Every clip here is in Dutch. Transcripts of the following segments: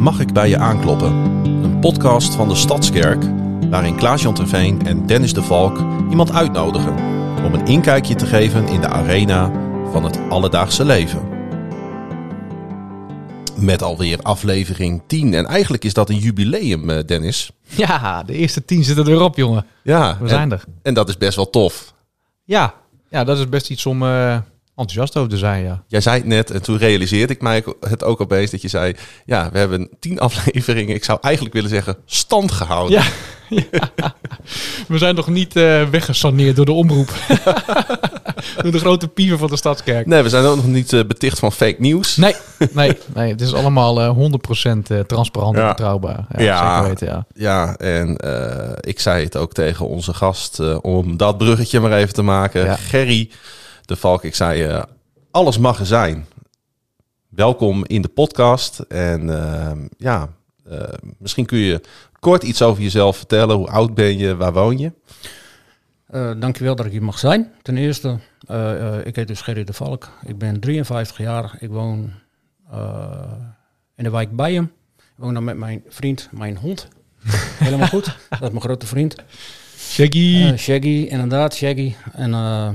Mag ik bij je aankloppen? Een podcast van de Stadskerk, waarin Klaas-Jan Terveen en Dennis de Valk iemand uitnodigen om een inkijkje te geven in de arena van het alledaagse leven. Met alweer aflevering 10. En eigenlijk is dat een jubileum, Dennis. Ja, de eerste 10 zitten erop, jongen. Ja, We zijn er. En dat is best wel tof. Ja, dat is best iets om enthousiast over te zijn, ja. Jij zei het net en toen realiseerde ik mij het ook opeens dat je zei... Ja, we hebben 10 afleveringen. Ik zou eigenlijk willen zeggen stand gehouden. Ja. We zijn nog niet weggesaneerd door de omroep. Door de grote pieven van de Stadskerk. Nee, we zijn ook nog niet beticht van fake nieuws. Nee, het is allemaal 100% transparant en betrouwbaar. Ja, zeker weten, ja, en ik zei het ook tegen onze gast om dat bruggetje maar even te maken. Ja. Gerry de Valk, ik zei alles mag er zijn. Welkom in de podcast. En misschien kun je kort iets over jezelf vertellen. Hoe oud ben je? Waar woon je? Dankjewel dat ik hier mag zijn. Ten eerste, ik heet dus Gerry de Valk. Ik ben 53 jaar. Ik woon in de wijk Bijen. Ik woon dan met mijn vriend, mijn hond. Helemaal goed. Dat is mijn grote vriend. Shaggy. Shaggy, inderdaad, Shaggy. En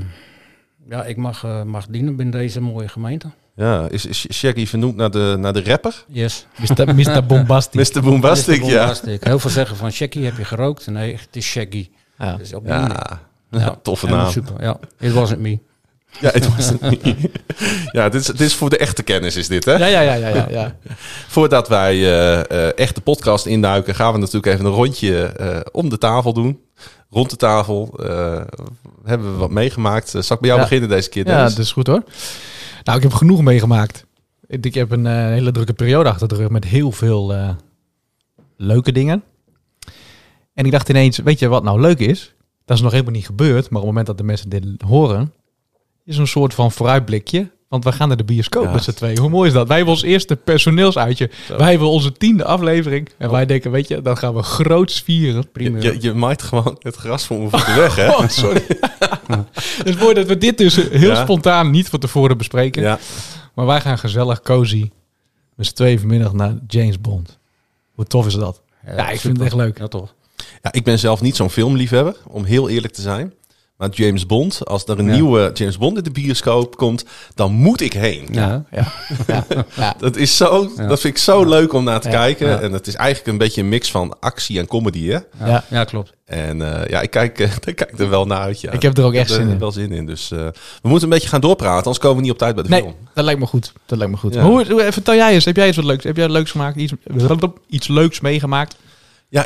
ik mag dienen binnen deze mooie gemeente. Ja, is Shaggy vernoemd naar de rapper? Yes. Mr. Bombastic. Mr. Bombastic, Mr. Bombastic. Heel veel zeggen van Shaggy, heb je gerookt? Nee, het is Shaggy. Ja, dus op toffe naam. Super, ja. It wasn't me. Ja, het was het niet. Ja, dit is voor de echte kennis is dit, hè? Ja. Voordat wij echt de podcast induiken, gaan we natuurlijk even een rondje om de tafel doen. Rond de tafel hebben we wat meegemaakt. Zal ik bij jou beginnen deze keer, Dennis? Ja, dat is goed hoor. Nou, ik heb genoeg meegemaakt. Ik heb een hele drukke periode achter de rug met heel veel leuke dingen. En ik dacht ineens, weet je wat nou leuk is? Dat is nog helemaal niet gebeurd, maar op het moment dat de mensen dit horen, is een soort van vooruitblikje. Want we gaan naar de bioscoop met z'n tweeën. Hoe mooi is dat? Wij hebben ons eerste personeelsuitje. Zo. Wij hebben onze 10e aflevering. En wij denken, weet je, dat gaan we groots vieren. Je maait gewoon het gras voor mijn voeten weg, hè? Oh, sorry. Het is mooi dat we dit dus heel spontaan niet van tevoren bespreken. Ja. Maar wij gaan gezellig, cozy, met z'n tweeën vanmiddag naar James Bond. Hoe tof is dat? Ja, ik vind het echt leuk. Ja, toch. Ja, ik ben zelf niet zo'n filmliefhebber, om heel eerlijk te zijn. Maar James Bond, als er een nieuwe James Bond in de bioscoop komt, dan moet ik heen. Ja. Dat is zo, dat vind ik zo leuk om naar te kijken. Ja. En het is eigenlijk een beetje een mix van actie en comedy, hè? Ja, klopt. En ik kijk er wel naar uit. Ja. Ik heb er ook echt zin in. Dus we moeten een beetje gaan doorpraten, anders komen we niet op tijd bij de film. Dat lijkt me goed. Ja. Hoe vertel jij eens? Heb jij iets wat leuks? Heb jij leuks gemaakt? Iets leuks meegemaakt? Ja,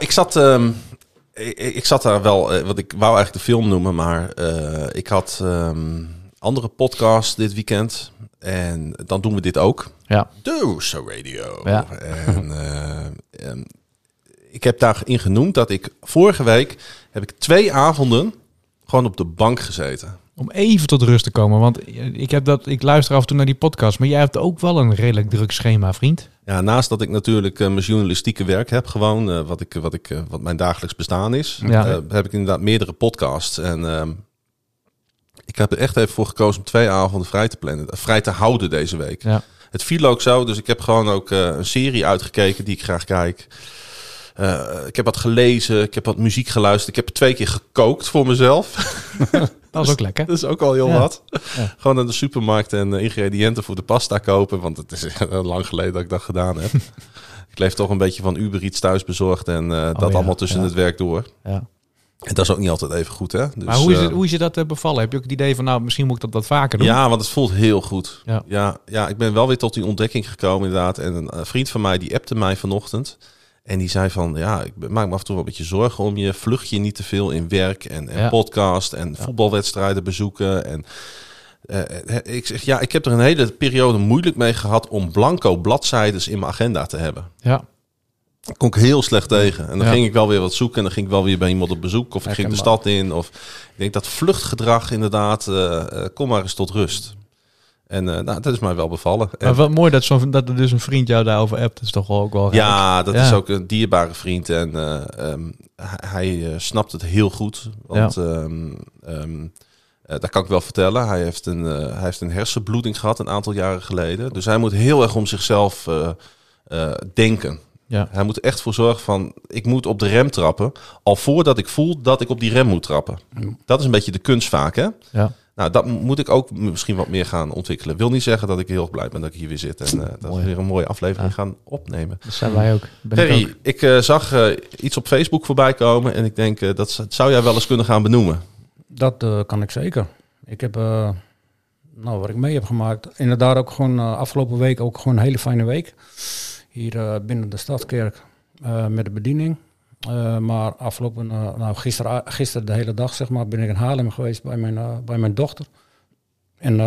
ik zat daar wel, wat ik wou eigenlijk de film noemen, maar ik had andere podcasts dit weekend en dan doen we dit ook. Ja. Doos Radio. Ja. En ik heb daarin genoemd dat ik vorige week heb ik 2 avonden gewoon op de bank gezeten. Om even tot rust te komen, want ik luister af en toe naar die podcast, maar jij hebt ook wel een redelijk druk schema, vriend. Ja, naast dat ik natuurlijk mijn journalistieke werk heb, gewoon wat mijn dagelijks bestaan is, heb ik inderdaad meerdere podcasts. En ik heb er echt even voor gekozen om 2 avonden vrij te houden deze week. Ja. Het viel ook zo, dus ik heb gewoon ook een serie uitgekeken die ik graag kijk. Ik heb wat gelezen, ik heb wat muziek geluisterd. Ik heb 2 keer gekookt voor mezelf. Dat is ook lekker. Dat is ook al heel wat. Ja. Gewoon naar de supermarkt en ingrediënten voor de pasta kopen. Want het is lang geleden dat ik dat gedaan heb. Ik leef toch een beetje van Uber Eats thuis bezorgd. En allemaal tussen het werk door. Ja. En dat is ook niet altijd even goed, hè? Dus, maar hoe is je dat bevallen? Heb je ook het idee van, nou, misschien moet ik dat vaker doen? Ja, want het voelt heel goed. Ja, ik ben wel weer tot die ontdekking gekomen inderdaad. En een vriend van mij, die appte mij vanochtend. En die zei van, ik maak me af en toe wel een beetje zorgen om je. Vlucht je niet te veel in werk en podcast en voetbalwedstrijden bezoeken. En ik zeg, ik heb er een hele periode moeilijk mee gehad om blanco bladzijdes in mijn agenda te hebben. Ja. Daar kon ik heel slecht tegen. En dan ging ik wel weer wat zoeken en dan ging ik wel weer bij iemand op bezoek. Of ik ging de stad in. Of ik denk dat vluchtgedrag inderdaad, kom maar eens tot rust. En dat is mij wel bevallen. Maar wat mooi dat er dus een vriend jou daarover appt. Dat is toch ook wel ja, dat is ook een dierbare vriend. En hij snapt het heel goed. Want dat kan ik wel vertellen. Hij heeft een hersenbloeding gehad een aantal jaren geleden. Dus hij moet heel erg om zichzelf denken. Ja. Hij moet er echt voor zorgen van, ik moet op de rem trappen, al voordat ik voel dat ik op die rem moet trappen. Dat is een beetje de kunst vaak, hè? Ja. Nou, dat moet ik ook misschien wat meer gaan ontwikkelen. Wil niet zeggen dat ik heel erg blij ben dat ik hier weer zit en dat we weer een mooie aflevering gaan opnemen. Dat zijn wij ook. Perry, ik zag iets op Facebook voorbij komen en ik denk, dat zou jij wel eens kunnen gaan benoemen. Dat kan ik zeker. Ik heb, wat ik mee heb gemaakt, inderdaad ook gewoon afgelopen week ook gewoon een hele fijne week. Hier binnen de Stadskerk met de bediening. Maar afgelopen, gisteren de hele dag zeg maar, ben ik in Haarlem geweest bij mijn dochter. En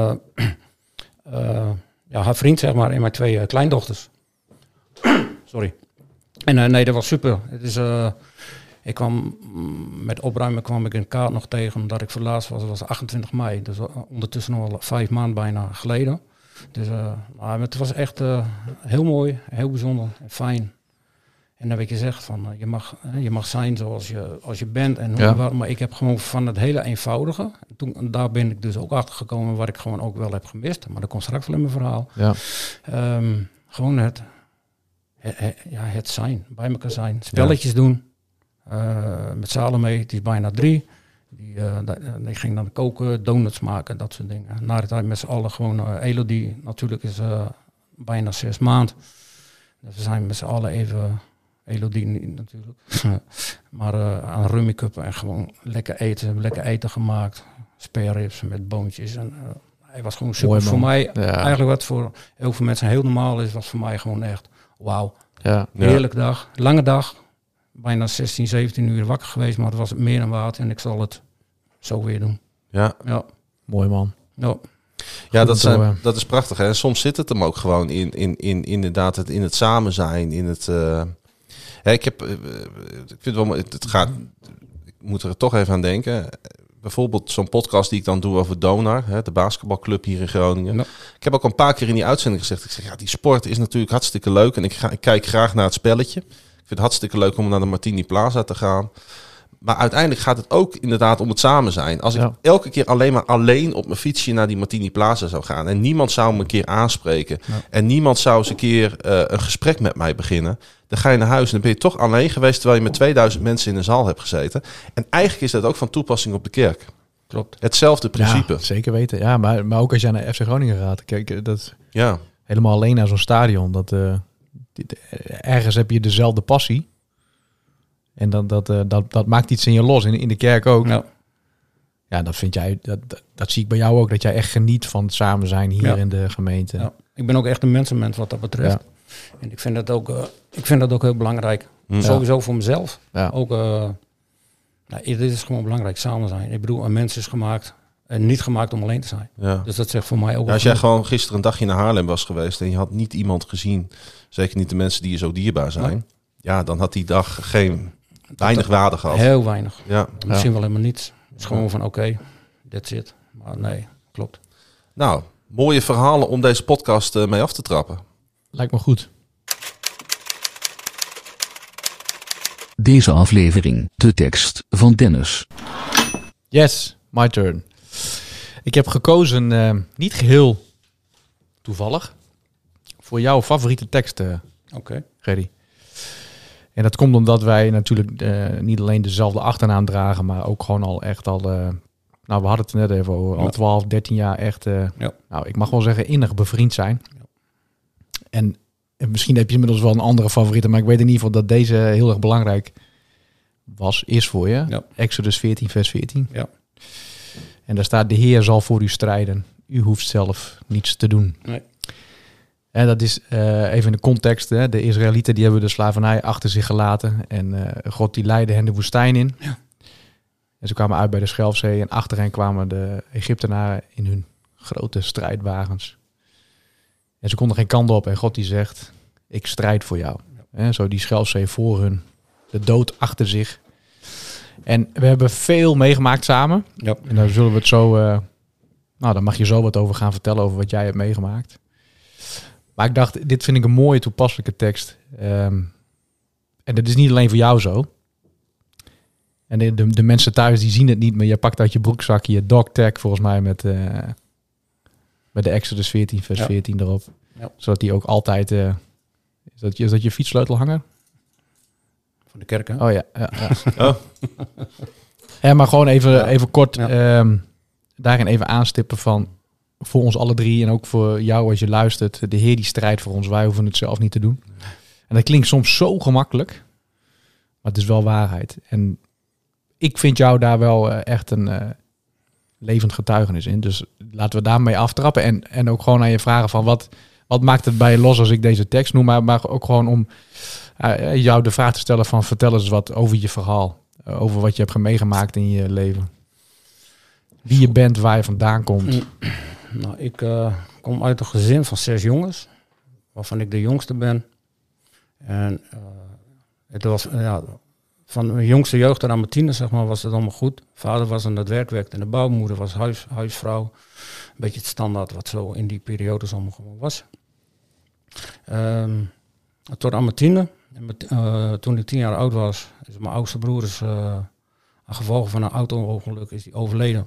haar vriend zeg maar en mijn 2 kleindochters. Sorry. En nee, dat was super. Het is... Ik kwam met opruimen kwam ik een kaart nog tegen dat ik verlaatst was. Dat was 28 mei. Dus ondertussen al 5 maanden bijna geleden. Dus het was echt heel mooi, heel bijzonder en fijn. En dan weet je zegt van je mag zijn zoals je bent. En maar ik heb gewoon van het hele eenvoudige. Daar ben ik dus ook achter gekomen wat ik gewoon ook wel heb gemist. Maar dat komt straks wel in mijn verhaal. Ja. Gewoon het zijn, bij elkaar zijn, spelletjes doen. Met Salome, die is bijna 3. Die ging dan koken, donuts maken, dat soort dingen. Na de tijd met z'n allen gewoon Elodie, natuurlijk is bijna 6 maanden. Dus we zijn met z'n allen even, Elodie niet natuurlijk, maar aan rummy cuppen en gewoon lekker eten. We hebben lekker eten gemaakt, spare ribs met boontjes. En hij was gewoon super. Voor mij, eigenlijk wat voor heel veel mensen heel normaal is, was voor mij gewoon echt wauw. Ja. Heerlijke dag, lange dag. Bijna 16, 17 uur wakker geweest, maar het was meer dan waard en ik zal het zo weer doen. Ja. Mooi man. Ja, dat is prachtig. Hè? Soms zit het hem ook gewoon in inderdaad in het samen zijn, in het... ik vind wel, het gaat... Ik moet er toch even aan denken. Bijvoorbeeld zo'n podcast die ik dan doe over Donar, de basketbalclub hier in Groningen. Ja. Ik heb ook een paar keer in die uitzending gezegd, ik zeg, die sport is natuurlijk hartstikke leuk en ik kijk graag naar het spelletje. Ik vind het hartstikke leuk om naar de Martini Plaza te gaan. Maar uiteindelijk gaat het ook inderdaad om het samen zijn. Als ik elke keer alleen op mijn fietsje naar die Martini Plaza zou gaan en niemand zou me een keer aanspreken en niemand zou eens een keer een gesprek met mij beginnen, dan ga je naar huis en dan ben je toch alleen geweest terwijl je met 2000 mensen in een zaal hebt gezeten. En eigenlijk is dat ook van toepassing op de kerk. Klopt. Hetzelfde principe. Ja, zeker weten. Ja, maar ook als je naar FC Groningen gaat, kijk, dat helemaal alleen naar zo'n stadion, ergens heb je dezelfde passie. En dat maakt iets in je los. In de kerk ook. Ja, dat vind jij, dat zie ik bij jou ook. Dat jij echt geniet van het samen zijn hier in de gemeente. Ja. Ik ben ook echt een mensenmens wat dat betreft. Ja. En ik vind dat ook heel belangrijk. Sowieso voor mezelf. Ja. Ook, dit is gewoon belangrijk, samen zijn. Ik bedoel, een mens is gemaakt en niet gemaakt om alleen te zijn. Ja. Dus dat zegt voor mij ook... Ja, als jij gewoon gisteren een dagje naar Haarlem was geweest en je had niet iemand gezien, zeker niet de mensen die je zo dierbaar zijn, dan had die dag weinig waarde gehad. Heel weinig. Ja. Misschien wel helemaal niets. Het is gewoon van oké, that's it. Maar nee, klopt. Nou, mooie verhalen om deze podcast mee af te trappen. Lijkt me goed. Deze aflevering, de tekst van Dennis. Yes, my turn. Ik heb gekozen, niet geheel toevallig, voor jouw favoriete tekst, Gerry. En dat komt omdat wij natuurlijk niet alleen dezelfde achternaam dragen, maar ook gewoon al echt al... we hadden het net even over, al 12, 13 jaar echt... ik mag wel zeggen innig bevriend zijn. Ja. En misschien heb je inmiddels wel een andere favoriete, maar ik weet in ieder geval dat deze heel erg belangrijk is voor je. Ja. Exodus 14, vers 14. Ja. En daar staat, de Heer zal voor u strijden. U hoeft zelf niets te doen. Nee. En dat is even in de context. Hè, de Israëlieten die hebben de slavernij achter zich gelaten. En God die leidde hen de woestijn in. Ja. En ze kwamen uit bij de Schelfzee. En achter hen kwamen de Egyptenaren in hun grote strijdwagens. En ze konden geen kant op. En God die zegt, ik strijd voor jou. Ja. En zo die Schelfzee voor hun. De dood achter zich. En we hebben veel meegemaakt samen. Ja. En daar zullen we het zo... daar mag je zo wat over gaan vertellen. Over wat jij hebt meegemaakt. Maar ik dacht, dit vind ik een mooie toepasselijke tekst. En dat is niet alleen voor jou zo. En de mensen thuis die zien het niet, maar je pakt uit je broekzakje je dogtag volgens mij met de Exodus 14 vers 14 erop. Ja. Zodat die ook altijd Is dat je fietssleutelhanger? Van de kerk, hè? Oh ja. Oh. Ja, maar gewoon even kort Ja. daarin even aanstippen van voor ons alle drie en ook voor jou als je luistert. De Heer die strijdt voor ons, wij hoeven het zelf niet te doen. En dat klinkt soms zo gemakkelijk, maar het is wel waarheid. En ik vind jou daar wel echt een levend getuigenis in. Dus laten we daarmee aftrappen en ook gewoon aan je vragen van wat maakt het bij je los als ik deze tekst noem, maar ook gewoon om jou de vraag te stellen van vertel eens wat over je verhaal. Over wat je hebt meegemaakt in je leven. Wie je bent, waar je vandaan komt. Nou, ik kom uit een gezin van 6 jongens, waarvan ik de jongste ben. En het was van mijn jongste jeugd tot aan mijn tiende, zeg maar, was het allemaal goed. Vader was aan het werk, werkte in de bouw, moeder was huisvrouw. Een beetje het standaard wat zo in die periodes allemaal gewoon was. Tot aan mijn tiende. Toen ik 10 jaar oud was, is mijn oudste broer aan gevolgen van een auto-ongeluk is die overleden.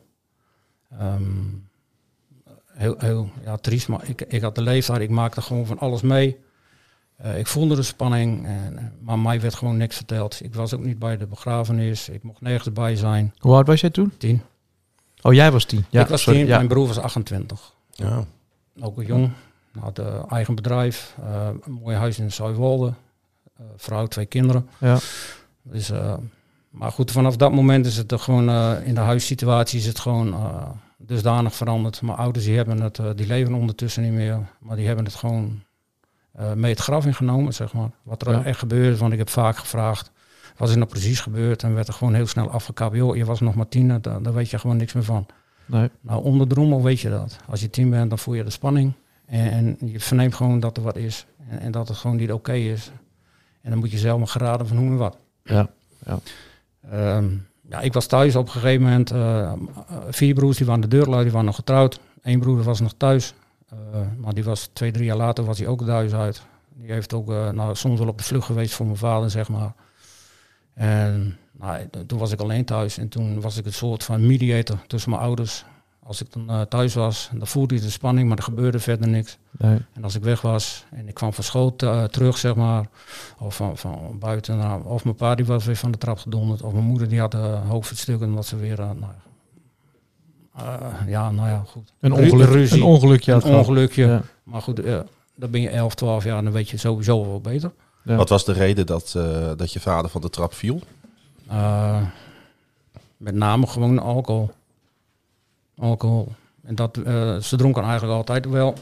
Heel triest, maar ik had de leeftijd, ik maakte gewoon van alles mee. Ik voelde de spanning, maar mij werd gewoon niks verteld. Ik was ook niet bij de begrafenis, ik mocht nergens bij zijn. Hoe oud was jij toen? 10. Oh, jij was 10. Ja, ik was 10, mijn broer was 28. Ja. Ook een jong, had een eigen bedrijf, een mooi huis in Zuidwolde, vrouw, 2 kinderen. Ja. Dus, maar goed, vanaf dat moment is het gewoon, in de huissituatie is het gewoon dusdanig veranderd. Mijn ouders die leven ondertussen niet meer, maar die hebben het gewoon mee het graf ingenomen, zeg maar. Wat er echt gebeurde, want ik heb vaak gevraagd, wat is er nou precies gebeurd? En werd er gewoon heel snel afgekapt. Joh, je was nog maar 10, daar weet je gewoon niks meer van. Nee. Nou, onder de rommel weet je dat. Als je 10 bent, dan voel je de spanning. En je verneemt gewoon dat er wat is. En dat het gewoon niet oké is. En dan moet je zelf maar geraden van hoe en wat. Ja. Ik was thuis op een gegeven moment. 4 broers die waren de deurlui, die waren nog getrouwd. 1 broer was nog thuis. Maar die was 2-3 jaar later was hij ook het huis uit. Die heeft ook soms wel op de vlucht geweest voor mijn vader, zeg maar. En toen was ik alleen thuis. En toen was ik een soort van mediator tussen mijn ouders. Als ik dan thuis was, dan voelde je de spanning, maar er gebeurde verder niks. Nee. En als ik weg was en ik kwam van school terug, zeg maar, of van buiten, of mijn pa die was weer van de trap gedonderd, of mijn moeder die had hoofd verstukken omdat ze weer, goed. Een ongelukje. Een ongelukje. Ja. Maar goed, dan ben je 11, 12 jaar en dan weet je sowieso wel beter. Ja. Wat was de reden dat je vader van de trap viel? Met name gewoon alcohol. En dat, ze dronken eigenlijk altijd wel.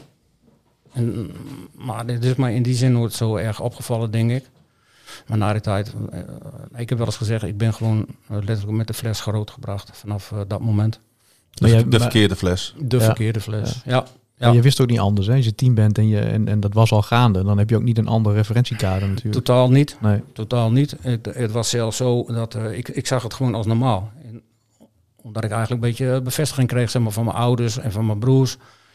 Maar dit is mij in die zin nooit zo erg opgevallen, denk ik. Maar na die tijd, ik heb wel eens gezegd, ik ben gewoon letterlijk met de fles grootgebracht vanaf dat moment. De verkeerde fles. Verkeerde fles, ja. Maar je wist ook niet anders, hè? Als je 10 bent en dat was al gaande, dan heb je ook niet een ander referentiekader natuurlijk. Totaal niet. Nee. Totaal niet. Het was zelfs zo dat ik zag het gewoon als normaal. Omdat ik eigenlijk een beetje bevestiging kreeg, zeg maar, van mijn ouders en van mijn broers.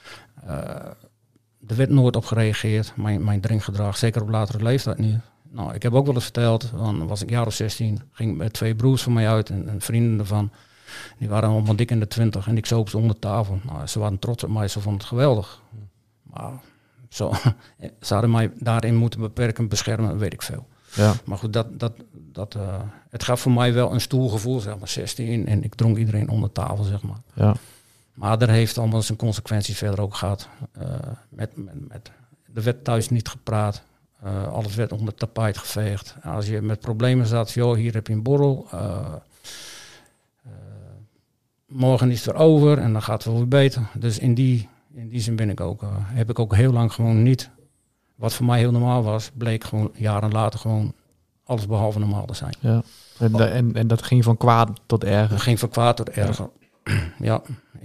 Er werd nooit op gereageerd, mijn drinkgedrag, zeker op latere leeftijd niet. Nou, ik heb ook wel eens verteld, dan was ik jaar of 16, ging met 2 broers van mij uit en vrienden ervan. Die waren allemaal dik in de 20 en ik zoop ze onder tafel. Nou, ze waren trots op mij, ze vonden het geweldig. Maar ze hadden mij daarin moeten beperken, beschermen, weet ik veel. Ja. Maar goed, het gaf voor mij wel een stoel gevoel, zeg maar, 16. En ik dronk iedereen onder tafel, zeg maar. Ja. Maar er heeft allemaal zijn consequenties verder ook gehad. Er werd thuis niet gepraat. Alles werd onder het tapijt geveegd. Als je met problemen zat, joh, hier heb je een borrel. Morgen is het weer over en dan gaat het wel weer beter. Dus in die zin heb ik ook heel lang gewoon niet... Wat voor mij heel normaal was, bleek gewoon jaren later gewoon alles behalve normaal te zijn. Ja. En dat ging van kwaad tot erger? Dat ging van kwaad tot erger. Ja,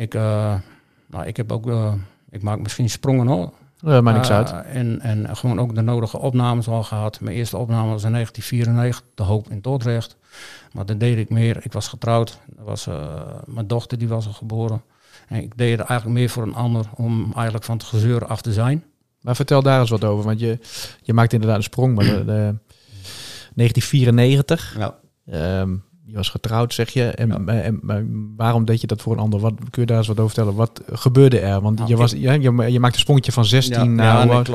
ik maak misschien sprongen hoor. Ja, maakt niks uit. En gewoon ook de nodige opnames al gehad. Mijn eerste opname was in 1994, De Hoop in Dordrecht. Maar dat deed ik meer. Ik was getrouwd. Mijn dochter die was al geboren. En ik deed het eigenlijk meer voor een ander om eigenlijk van het gezeur af te zijn. Maar vertel daar eens wat over, want je maakt inderdaad een sprong. Maar 1994, ja. Je was getrouwd, zeg je. En waarom deed je dat voor een ander? Kun je daar eens wat over vertellen? Wat gebeurde er? Want je maakte een sprongetje van 16 naar... Nee, klopt.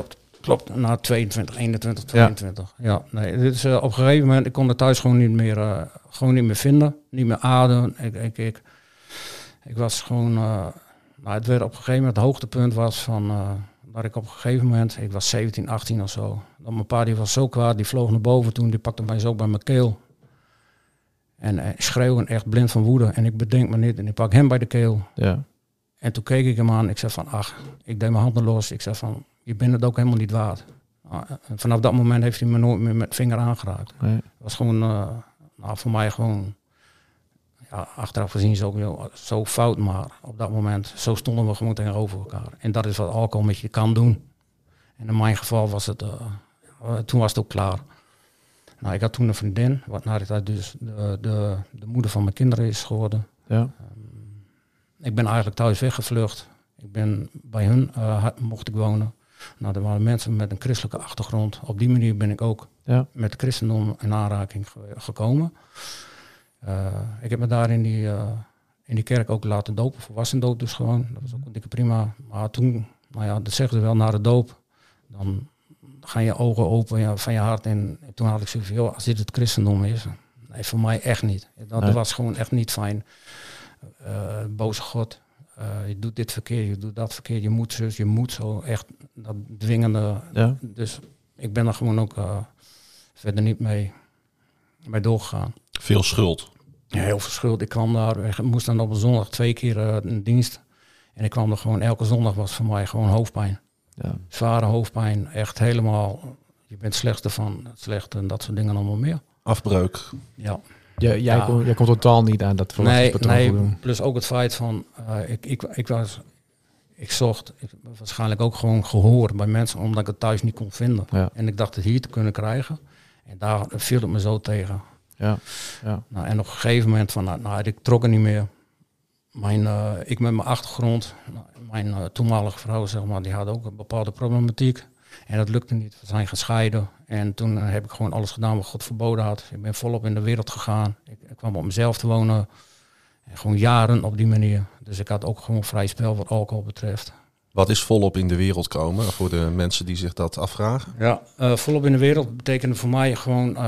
Klopt, na 22, 21, 22. Ja, nee, dus op een gegeven moment, ik kon het thuis gewoon niet meer vinden. Niet meer ademen. Ik was gewoon... het werd op een gegeven moment, het hoogtepunt was van... dat ik op een gegeven moment, ik was 17, 18 of zo. Dat mijn pa die was zo kwaad, die vloog naar boven toen. Die pakte mij zo bij mijn keel. En schreeuwen, echt blind van woede. En ik bedenk me niet en ik pak hem bij de keel. Ja. En toen keek ik hem aan. Ik zei van, ik deed mijn handen los. Ik zei van, je bent het ook helemaal niet waard. En vanaf dat moment heeft hij me nooit meer met vinger aangeraakt. Nee. Het was gewoon, voor mij gewoon, achteraf gezien zo fout. Maar op dat moment, zo stonden we gewoon tegenover elkaar. En dat is wat alcohol met je kan doen. En in mijn geval was het, toen was het ook klaar. Nou, ik had toen een vriendin, wat na die tijd dus de moeder van mijn kinderen is geworden. Ja. Ik ben eigenlijk thuis weggevlucht. Ik ben bij hun, mocht ik wonen. Nou, er waren mensen met een christelijke achtergrond. Op die manier ben ik ook met het christendom in aanraking gekomen. Ik heb me daar in die kerk ook laten dopen, volwassendoop dus gewoon. Dat was ook een dikke prima. Maar toen, dat zeggen ze wel, na de doop, dan gaan je ogen open van je hart. En toen had ik zoiets van, als dit het christendom is, nee, voor mij echt niet. Dat was gewoon echt niet fijn. Boze God, je doet dit verkeerd, je doet dat verkeerd, je moet zus, je moet zo, echt dat dwingende. Ja. Dus ik ben er gewoon ook verder niet mee doorgegaan. Veel schuld? Ja, heel veel schuld. Ik kwam daar, ik moest dan op een zondag 2 keer een dienst. En ik kwam er gewoon, elke zondag was voor mij gewoon hoofdpijn. Ja. Zware hoofdpijn, echt helemaal, je bent slechtste van het slechte en dat soort dingen allemaal meer. Afbreuk. Ja. Jij komt totaal niet aan dat Nee, plus ook het feit van, ik zocht waarschijnlijk ook gewoon gehoor bij mensen, omdat ik het thuis niet kon vinden. Ja. En ik dacht het hier te kunnen krijgen. En daar viel het me zo tegen. Ja. Ja. Nou, en op een gegeven moment van, ik trok er niet meer. Ik met mijn achtergrond, mijn toenmalige vrouw, zeg maar, die had ook een bepaalde problematiek. En dat lukte niet. We zijn gescheiden. En toen heb ik gewoon alles gedaan wat God verboden had. Ik ben volop in de wereld gegaan. Ik kwam op mezelf te wonen. En gewoon jaren op die manier. Dus ik had ook gewoon vrij spel wat alcohol betreft. Wat is volop in de wereld komen voor de mensen die zich dat afvragen? Ja, volop in de wereld betekende voor mij gewoon...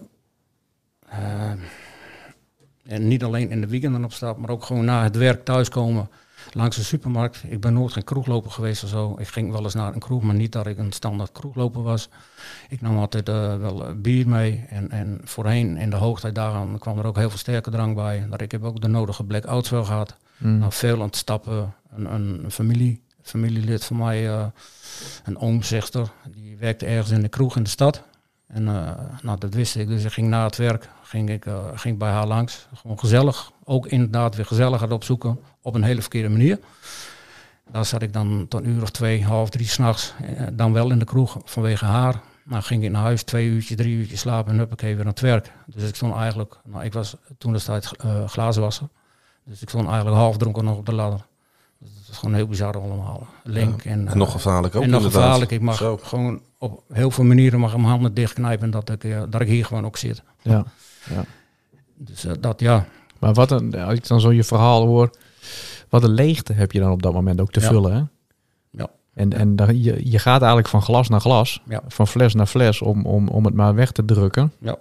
en niet alleen in de weekenden op stap, maar ook gewoon na het werk thuiskomen. Langs de supermarkt. Ik ben nooit geen kroegloper geweest of zo. Ik ging wel eens naar een kroeg, maar niet dat ik een standaard kroegloper was. Ik nam altijd wel bier mee. En voorheen in de hoogtijdagen kwam er ook heel veel sterke drank bij. Ik heb ook de nodige blackouts wel gehad. Nou, veel aan het stappen. Een familielid van mij, een oom, zuster, die werkte ergens in de kroeg in de stad. En dat wist ik. Dus ik ging na het werk ging bij haar langs. Gewoon gezellig. Ook inderdaad weer gezelligheid opzoeken. Op een hele verkeerde manier. Daar zat ik dan tot 1 uur of 2, half 3 s'nachts. Dan wel in de kroeg vanwege haar. Nou ging ik naar huis, 2 uurtjes, 3 uurtjes slapen en huppakee weer aan het werk. Dus ik stond eigenlijk, ik was toen destijds glazenwasser. Dus ik stond eigenlijk half dronken nog op de ladder. Dus dat is gewoon heel bizar allemaal. Link en nog gevaarlijk ook. En nog gevaarlijk. Ik mag gewoon op heel veel manieren mijn handen dichtknijpen dat ik hier gewoon ook zit. Ja. Dus dat ja. Maar als ik dan zo je verhaal hoor, wat een leegte heb je dan op dat moment ook te vullen, hè? Ja. En je gaat eigenlijk van glas naar glas, van fles naar fles, om het maar weg te drukken. Ja.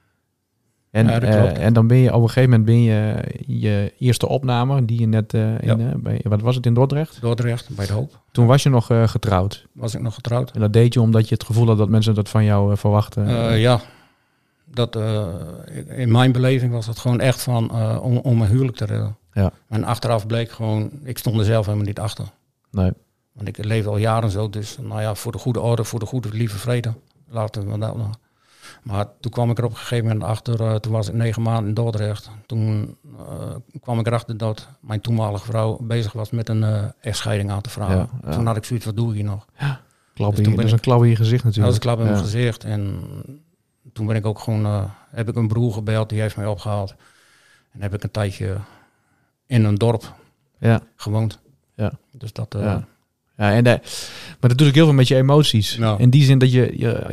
En dan ben je op een gegeven moment je eerste opname die je net wat was het in Dordrecht? Dordrecht, bij de Hoop. Toen was je nog getrouwd. Was ik nog getrouwd. En dat deed je omdat je het gevoel had dat mensen dat van jou verwachten. Ja. Dat, in mijn beleving was het gewoon echt van om een huwelijk te redden. Ja. En achteraf bleek gewoon, ik stond er zelf helemaal niet achter. Nee. Want ik leefde al jaren zo, dus voor de goede orde, voor de goede lieve vrede. Laten we dat nog. Maar toen kwam ik er op een gegeven moment achter, toen was ik 9 maanden in Dordrecht. Toen kwam ik erachter dat mijn toenmalige vrouw bezig was met een echtscheiding aan te vragen. Ja. Toen had ik zoiets, wat doe ik hier nog? Ja. Dat is een klap in je gezicht natuurlijk. Dat is een klap in mijn gezicht en... Toen ben ik ook gewoon, heb ik een broer gebeld, die heeft mij opgehaald. En heb ik een tijdje in een dorp gewoond. Ja. Dus dat... maar dat doet ook heel veel met je emoties. Ja. In die zin dat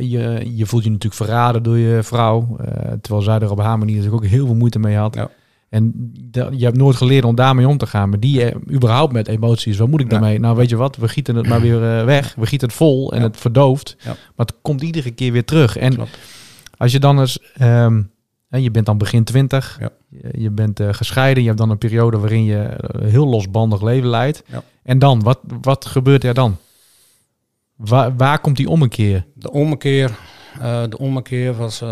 je voelt je natuurlijk verraden door je vrouw. Terwijl zij er op haar manier natuurlijk ook heel veel moeite mee had. Ja. En je hebt nooit geleerd om daarmee om te gaan. Maar überhaupt met emoties, wat moet ik daarmee? Nou, weet je wat, we gieten het maar weer weg. We gieten het vol en het verdooft. Ja. Maar het komt iedere keer weer terug. En als je dan eens... je bent dan begin 20. Ja. Je bent gescheiden. Je hebt dan een periode waarin je een heel losbandig leven leidt. Ja. En dan, wat gebeurt er dan? Waar komt die ommekeer? De ommekeer was...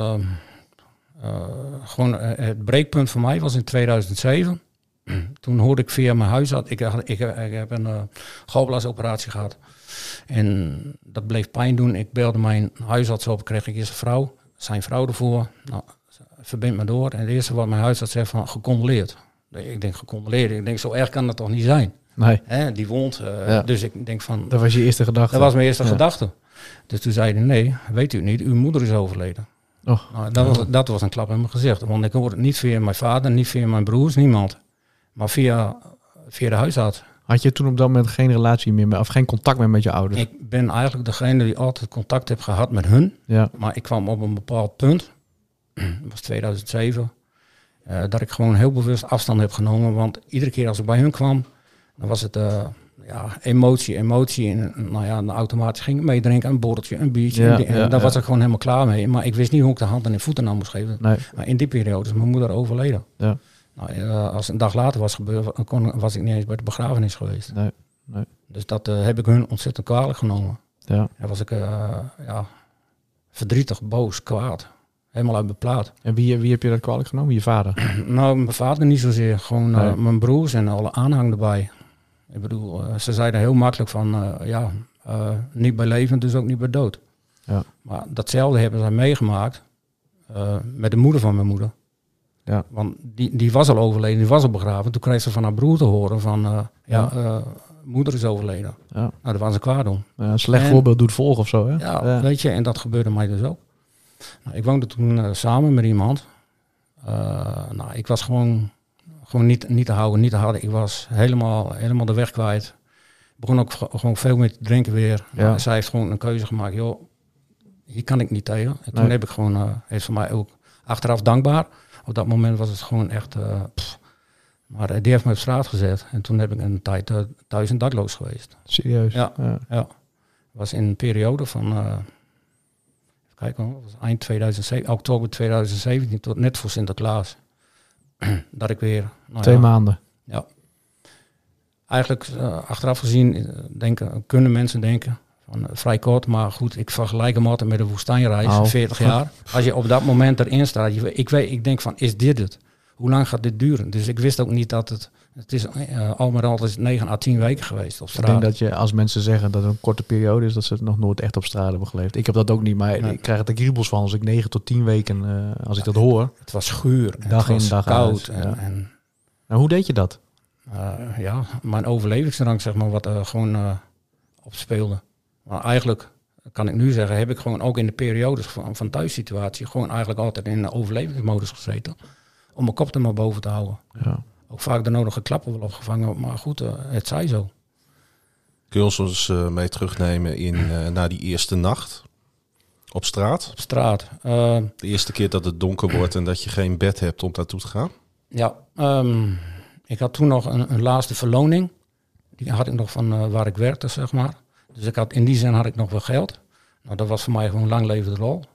gewoon het breekpunt voor mij was in 2007. Toen hoorde ik via mijn huisarts... Ik heb een galblaasoperatie gehad. En dat bleef pijn doen. Ik belde mijn huisarts op. Kreeg ik eerst zijn vrouw ervoor. Nou, verbind me door. En het eerste wat mijn huisarts zegt van gecondoleerd. Ik denk gecondoleerd. Ik denk zo erg kan dat toch niet zijn. Nee. Die wond. Dus ik denk van... Dat was je eerste gedachte? Dat was mijn eerste gedachte. Dus toen zei hij nee, weet u het niet. Uw moeder is overleden. Oh. Nou, dat was een klap in mijn gezicht. Want ik hoorde het niet via mijn vader, niet via mijn broers, niemand. Maar via de huisarts. Had je toen op dat moment geen relatie meer of geen contact meer met je ouders? Ik ben eigenlijk degene die altijd contact heeft gehad met hun. Ja. Maar ik kwam op een bepaald punt, dat was 2007, dat ik gewoon heel bewust afstand heb genomen. Want iedere keer als ik bij hun kwam, dan was het emotie. En automatisch ging ik meedrinken, een borreltje, een biertje. En daar was ik gewoon helemaal klaar mee. Maar ik wist niet hoe ik de hand en de voeten aan moest geven. Nee. Maar in die periode is mijn moeder overleden. Ja. Nou, als een dag later was gebeurd, was ik niet eens bij de begrafenis geweest. Nee. Dus dat heb ik hun ontzettend kwalijk genomen. Ja. En was ik verdrietig, boos, kwaad. Helemaal uit mijn plaat. En wie heb je dat kwalijk genomen? Je vader? Nou, mijn vader niet zozeer. Gewoon mijn broers en alle aanhang erbij. Ik bedoel, ze zeiden heel makkelijk van, niet bij leven, dus ook niet bij dood. Ja. Maar datzelfde hebben zij meegemaakt met de moeder van mijn moeder. Ja. Want die was al overleden, die was al begraven. Toen kreeg ze van haar broer te horen van, moeder is overleden. Ja. Nou, daar waren ze kwaad om. Ja, een slecht voorbeeld doet volgen of zo, hè? Ja, weet je, en dat gebeurde mij dus ook. Nou, ik woonde toen samen met iemand. Ik was gewoon niet te houden, niet te houden. Ik was helemaal de weg kwijt. Begon ook gewoon veel meer te drinken weer. Ja. Zij heeft gewoon een keuze gemaakt. Joh, hier kan ik niet tegen. En toen heb ik gewoon, heeft voor mij ook achteraf dankbaar. Op dat moment was het gewoon echt... Maar die heeft me op straat gezet. En toen heb ik een tijd thuis en dakloos geweest. Serieus? Ja. Het was in een periode van... Kijk, dat was eind 2007, oktober 2017 tot net voor Sinterklaas. Dat ik weer... 2 maanden. Ja. Eigenlijk achteraf gezien kunnen mensen denken van vrij kort, maar goed, ik vergelijk hem altijd met een woestijnreis, 40 jaar. Als je op dat moment erin staat, ik denk van, is dit het? Hoe lang gaat dit duren? Dus ik wist ook niet dat het is al met al is 9 à 10 weken geweest op straat. Ik denk dat je, als mensen zeggen dat het een korte periode is, dat ze het nog nooit echt op straat hebben geleefd. Ik heb dat ook niet, maar ik krijg het er kriebels van als ik 9 tot 10 weken, als ik dat hoor. Het was schuur. Dag in, dag koud. Nou, hoe deed je dat? Mijn overlevingsdrang, zeg maar, wat gewoon opspeelde. Maar eigenlijk, kan ik nu zeggen, heb ik gewoon ook in de periodes van thuissituatie gewoon eigenlijk altijd in de overlevingsmodus gezeten. Om mijn kop er maar boven te houden. Ja. Ook vaak de nodige klappen wel opgevangen, maar goed, het zij zo. Kun je ons mee terugnemen naar die eerste nacht op straat? Op straat. De eerste keer dat het donker wordt en dat je geen bed hebt om naartoe te gaan? Ja, ik had toen nog een laatste verloning. Die had ik nog van waar ik werkte, zeg maar. Dus in die zin had ik nog wel geld. Nou, dat was voor mij gewoon lang leven de rol.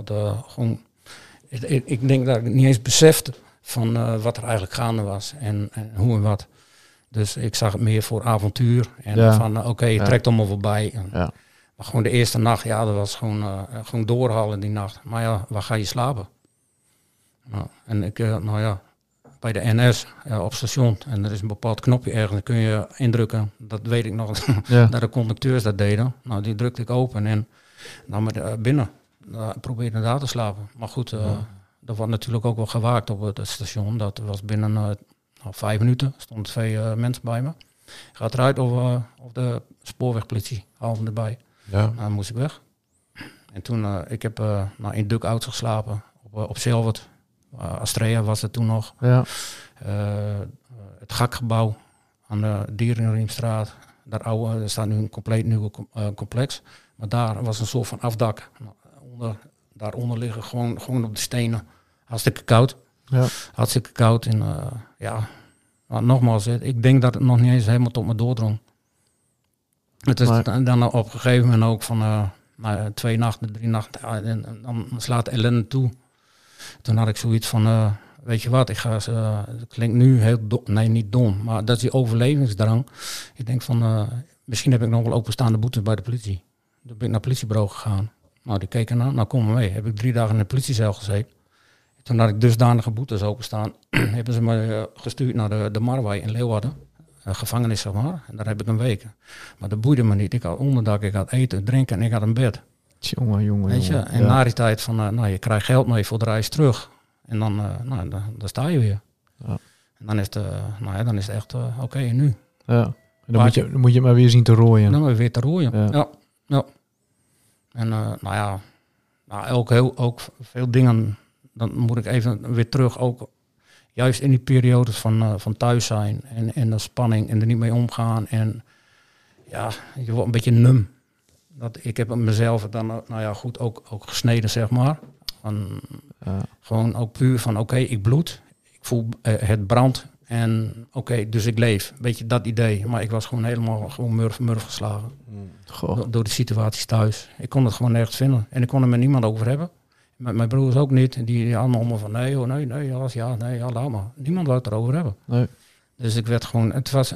Ik denk dat ik niet eens besefte van wat er eigenlijk gaande was en hoe en wat. Dus ik zag het meer voor avontuur en van oké, het trekt allemaal voorbij. Maar gewoon de eerste nacht, dat was gewoon doorhalen die nacht. Maar ja, waar ga je slapen? Nou, en ik, bij de NS op station en er is een bepaald knopje ergens, dan kun je indrukken. Dat weet ik nog, dat de conducteurs dat deden. Nou, die drukte ik open en dan binnen. Probeerde daar te slapen. Maar goed, er wordt natuurlijk ook wel gewaakt op het station. Dat was binnen 5 minuten. Er stonden 2 mensen bij me. Gaat eruit of de spoorwegpolitie haalde erbij. Ja. Nou, dan moest ik weg. En toen, ik heb in Duckouts geslapen. Op Silvert. Astrea was het toen nog. Ja. Het GAK-gebouw aan de Dierenriemstraat. Er staat nu een compleet nieuwe complex. Maar daar was een soort van afdak. Daaronder liggen gewoon op de stenen. Hartstikke koud. Ja. Hartstikke koud. En maar nogmaals, ik denk dat het nog niet eens helemaal tot me doordrong. Het is dan op een gegeven moment ook van 2 nachten, 3 nachten. En dan slaat ellende toe. Toen had ik zoiets van, weet je wat, ik ga, het klinkt nu heel dom, nee niet dom, maar dat is die overlevingsdrang. Ik denk van, misschien heb ik nog wel openstaande boetes bij de politie. Toen ben ik naar het politiebureau gegaan. Nou, die keken naar, nou kom maar mee. Heb ik 3 dagen in de politiecel gezeten. Toen had ik dusdanige boetes openstaan, hebben ze me gestuurd naar de Marwij in Leeuwarden. Gevangenis, zeg maar. En daar heb ik een week. Maar dat boeide me niet. Ik had onderdak, ik had eten, drinken en ik had een bed. Jongen. Weet je? En na die tijd van, je krijgt geld mee voor de reis terug. En dan sta je weer. Ja. En dan is het echt oké, en nu? Ja. En dan moet je maar weer zien te rooien. Dan moet je weer te rooien, ja. En ook veel dingen, dan moet ik even weer terug, ook juist in die periodes van thuis zijn en de spanning en er niet mee omgaan. En ja, je wordt een beetje num. Ik heb mezelf dan ook gesneden, zeg maar. Gewoon ook puur van oké, ik bloed. Ik voel het brand. En oké, dus ik leef. Beetje dat idee. Maar ik was gewoon helemaal murf geslagen. Door de situaties thuis. Ik kon het gewoon nergens vinden. En ik kon er met niemand over hebben. Met mijn broers ook niet. Die allemaal van nee, laat maar. Niemand wou het erover hebben. Nee. Dus ik werd gewoon, het was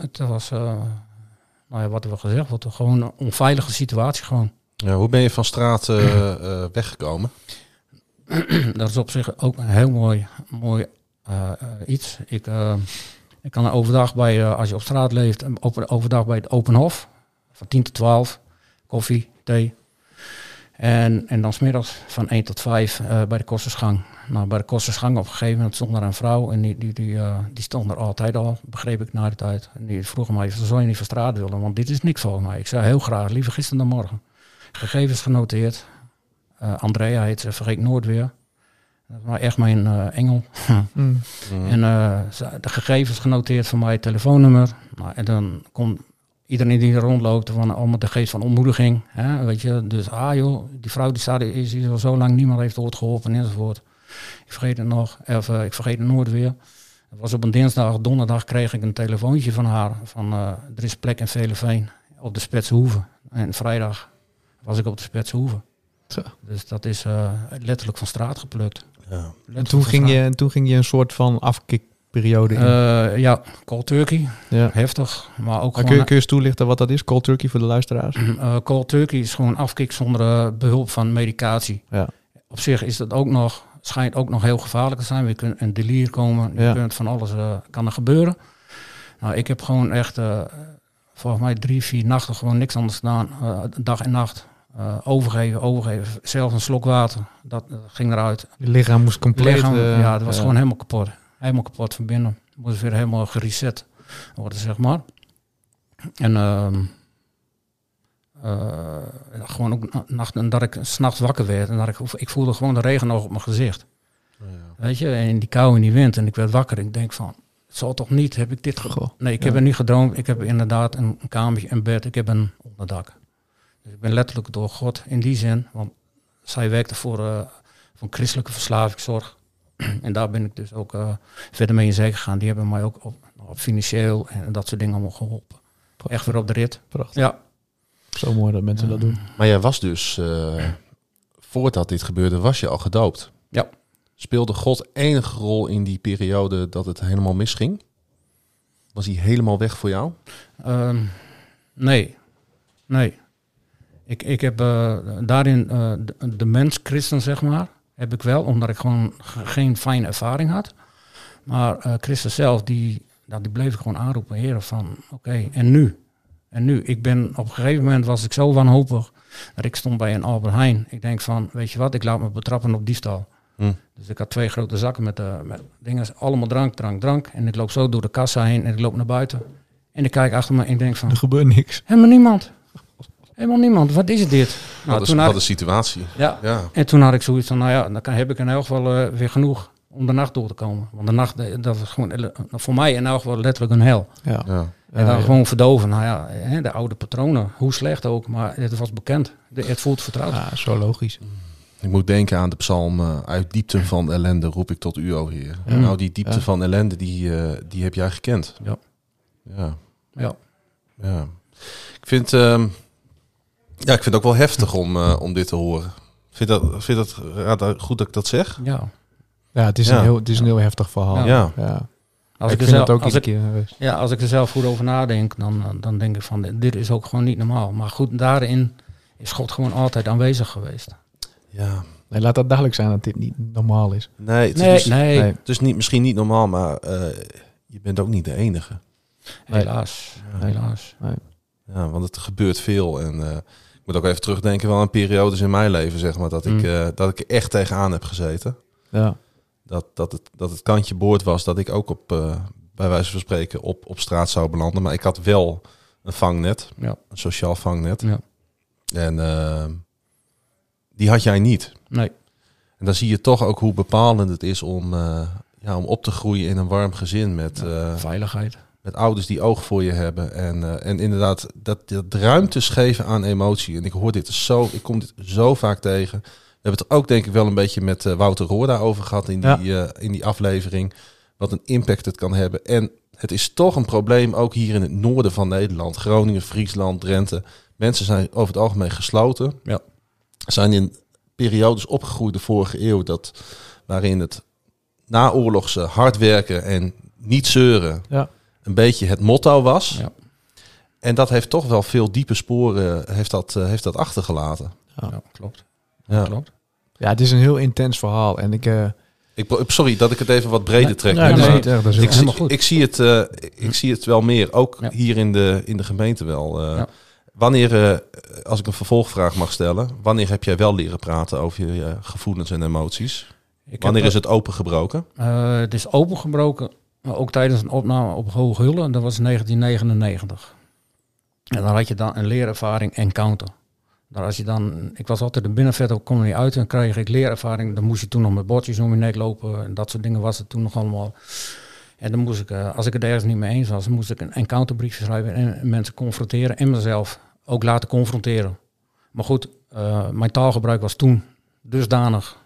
wat er wel gezegd wordt, gewoon een onveilige situatie gewoon. Ja, hoe ben je van straat weggekomen? Dat is op zich ook een heel mooi iets. Ik kan overdag als je op straat leeft, overdag bij het Open Hof, van 10 tot 12, koffie, thee. En dan 's middags van 1 tot 5 bij de kostersgang. Nou, bij de kostersgang op een gegeven moment stond er een vrouw en die stond er altijd al, begreep ik na die tijd. En die vroeg mij, zou je niet van straat willen, want dit is niks voor mij. Ik zei heel graag, liever gisteren dan morgen. Gegevens genoteerd. Andrea heet ze, vergeet nooit weer. Dat was echt mijn engel. En de gegevens genoteerd van mijn telefoonnummer. Nou, en dan komt iedereen die er rondloopt, van allemaal de geest van ontmoediging. Hè, weet je, dus die vrouw die staat is hier al zo lang, niemand heeft ooit geholpen enzovoort. Ik vergeet het nooit weer. Het was op een donderdag kreeg ik een telefoontje van haar. Van er is plek in Veleveen op de Spetshoeve. En vrijdag was ik op de Spetshoeve. Zo. Dus dat is letterlijk van straat geplukt. Ja. En toen ging je een soort van afkikperiode in? cold turkey. Ja. Heftig. Maar ook kun je eens toelichten wat dat is, cold turkey, voor de luisteraars? Cold turkey is gewoon afkik zonder behulp van medicatie. Ja. Op zich is dat schijnt ook nog heel gevaarlijk te zijn. Je kunt een delier komen, je kunt van alles kan er gebeuren. Nou, ik heb gewoon echt volgens mij 3-4 nachten gewoon niks anders gedaan. Dag en nacht. Overgeven. Zelfs een slok water. Dat ging eruit. Je lichaam moest compleet... dat was gewoon helemaal kapot. Helemaal kapot van binnen. Moest weer helemaal gereset worden, zeg maar. En gewoon ook nachten dat ik 's nachts wakker werd. En dat ik voelde gewoon de regen nog op mijn gezicht. Ja. Weet je, en die kou en die wind. En ik werd wakker. En ik denk van, het zal toch niet, heb ik dit Nee, ik heb er niet gedroomd. Ik heb inderdaad een kamertje, een bed. Ik heb een onderdak. Dus ik ben letterlijk door God in die zin, want zij werkte voor christelijke verslavingszorg. En daar ben ik dus ook verder mee in zee gegaan. Die hebben mij ook op financieel en dat soort dingen allemaal geholpen. Prachtig. Echt weer op de rit. Prachtig. Ja. Zo mooi dat mensen dat doen. Maar jij was dus, voordat dit gebeurde, was je al gedoopt. Ja. Speelde God enige rol in die periode dat het helemaal misging? Was hij helemaal weg voor jou? Nee. Ik heb daarin de mens christen, zeg maar, heb ik wel, omdat ik gewoon geen fijne ervaring had. Maar Christus zelf, die bleef ik gewoon aanroepen, Heer, van oké, en nu? En nu? Ik ben, op een gegeven moment was ik zo wanhopig dat ik stond bij een Albert Heijn. Ik denk van, weet je wat, ik laat me betrappen op diefstal. Dus ik had 2 grote zakken met dingen, allemaal drank. En ik loop zo door de kassa heen en ik loop naar buiten. En ik kijk achter me en ik denk van... Er gebeurt niks. Helemaal niemand. Wat is dit? Wat een situatie. Ja. En toen had ik zoiets van, dan heb ik in elk geval weer genoeg om de nacht door te komen. Want de nacht, dat was gewoon voor mij in elk geval letterlijk een hel. Ja. En dan gewoon verdoven. De oude patronen, hoe slecht ook, maar het was bekend. Het voelt vertrouwd. Ja, zo logisch. Ik moet denken aan de psalm, uit diepten van ellende roep ik tot u, o Heer. Ja. Nou, die diepte van ellende, die heb jij gekend. Ja. Ja. Ja. Ja. Ik vind het ook wel heftig om dit te horen. Vind je dat goed dat ik dat zeg? Ja. Ja, het is een heel heftig verhaal. Ja. Als ik ik, vind er zelf, het ook als, iedere ik, keer geweest. ja, als ik er zelf goed over nadenk, dan denk ik van dit is ook gewoon niet normaal. Maar goed, daarin is God gewoon altijd aanwezig geweest. Ja. Nee, laat dat duidelijk zijn dat dit niet normaal is. Nee, het is misschien niet normaal, maar je bent ook niet de enige. Helaas. Ja. Helaas. Nee. Ja, want het gebeurt veel. En ik moet ook even terugdenken wel aan periodes in mijn leven, zeg maar, dat ik er echt tegenaan heb gezeten. Ja. Dat het kantje boord was dat ik ook bij wijze van spreken op straat zou belanden. Maar ik had wel een vangnet, een sociaal vangnet. Ja. En die had jij niet. Nee. En dan zie je toch ook hoe bepalend het is om op te groeien in een warm gezin met veiligheid. Met ouders die oog voor je hebben. En inderdaad, dat ruimtes geven aan emotie. En ik kom dit zo vaak tegen. We hebben het er ook denk ik wel een beetje met Wouter Roorda over gehad in die aflevering. Wat een impact het kan hebben. En het is toch een probleem ook hier in het noorden van Nederland. Groningen, Friesland, Drenthe. Mensen zijn over het algemeen gesloten. Ja. Zijn in periodes opgegroeid de vorige eeuw. Waarin het naoorlogse hard werken en niet zeuren een beetje het motto was. Ja. En dat heeft toch wel veel diepe sporen heeft dat achtergelaten. Ja, klopt. Ja. Klopt. Ja, het is een heel intens verhaal. En sorry dat ik het even wat breder trek. Ik zie het wel meer. Ook hier in de gemeente wel. Wanneer, als ik een vervolgvraag mag stellen, wanneer heb jij wel leren praten over je gevoelens en emoties? Wanneer is het opengebroken? Het is opengebroken, ook tijdens een opname op Hooghullen. Dat was 1999. En dan had je dan een leerervaring Encounter. Ik was altijd de binnenvet, ik kon er niet uit. En dan kreeg ik leerervaring. Dan moest je toen nog met bordjes om je nek lopen. En dat soort dingen was het toen nog allemaal. En dan moest ik, als ik het ergens niet mee eens was, moest ik een encounterbriefje schrijven en mensen confronteren en mezelf ook laten confronteren. Maar goed, mijn taalgebruik was toen dusdanig.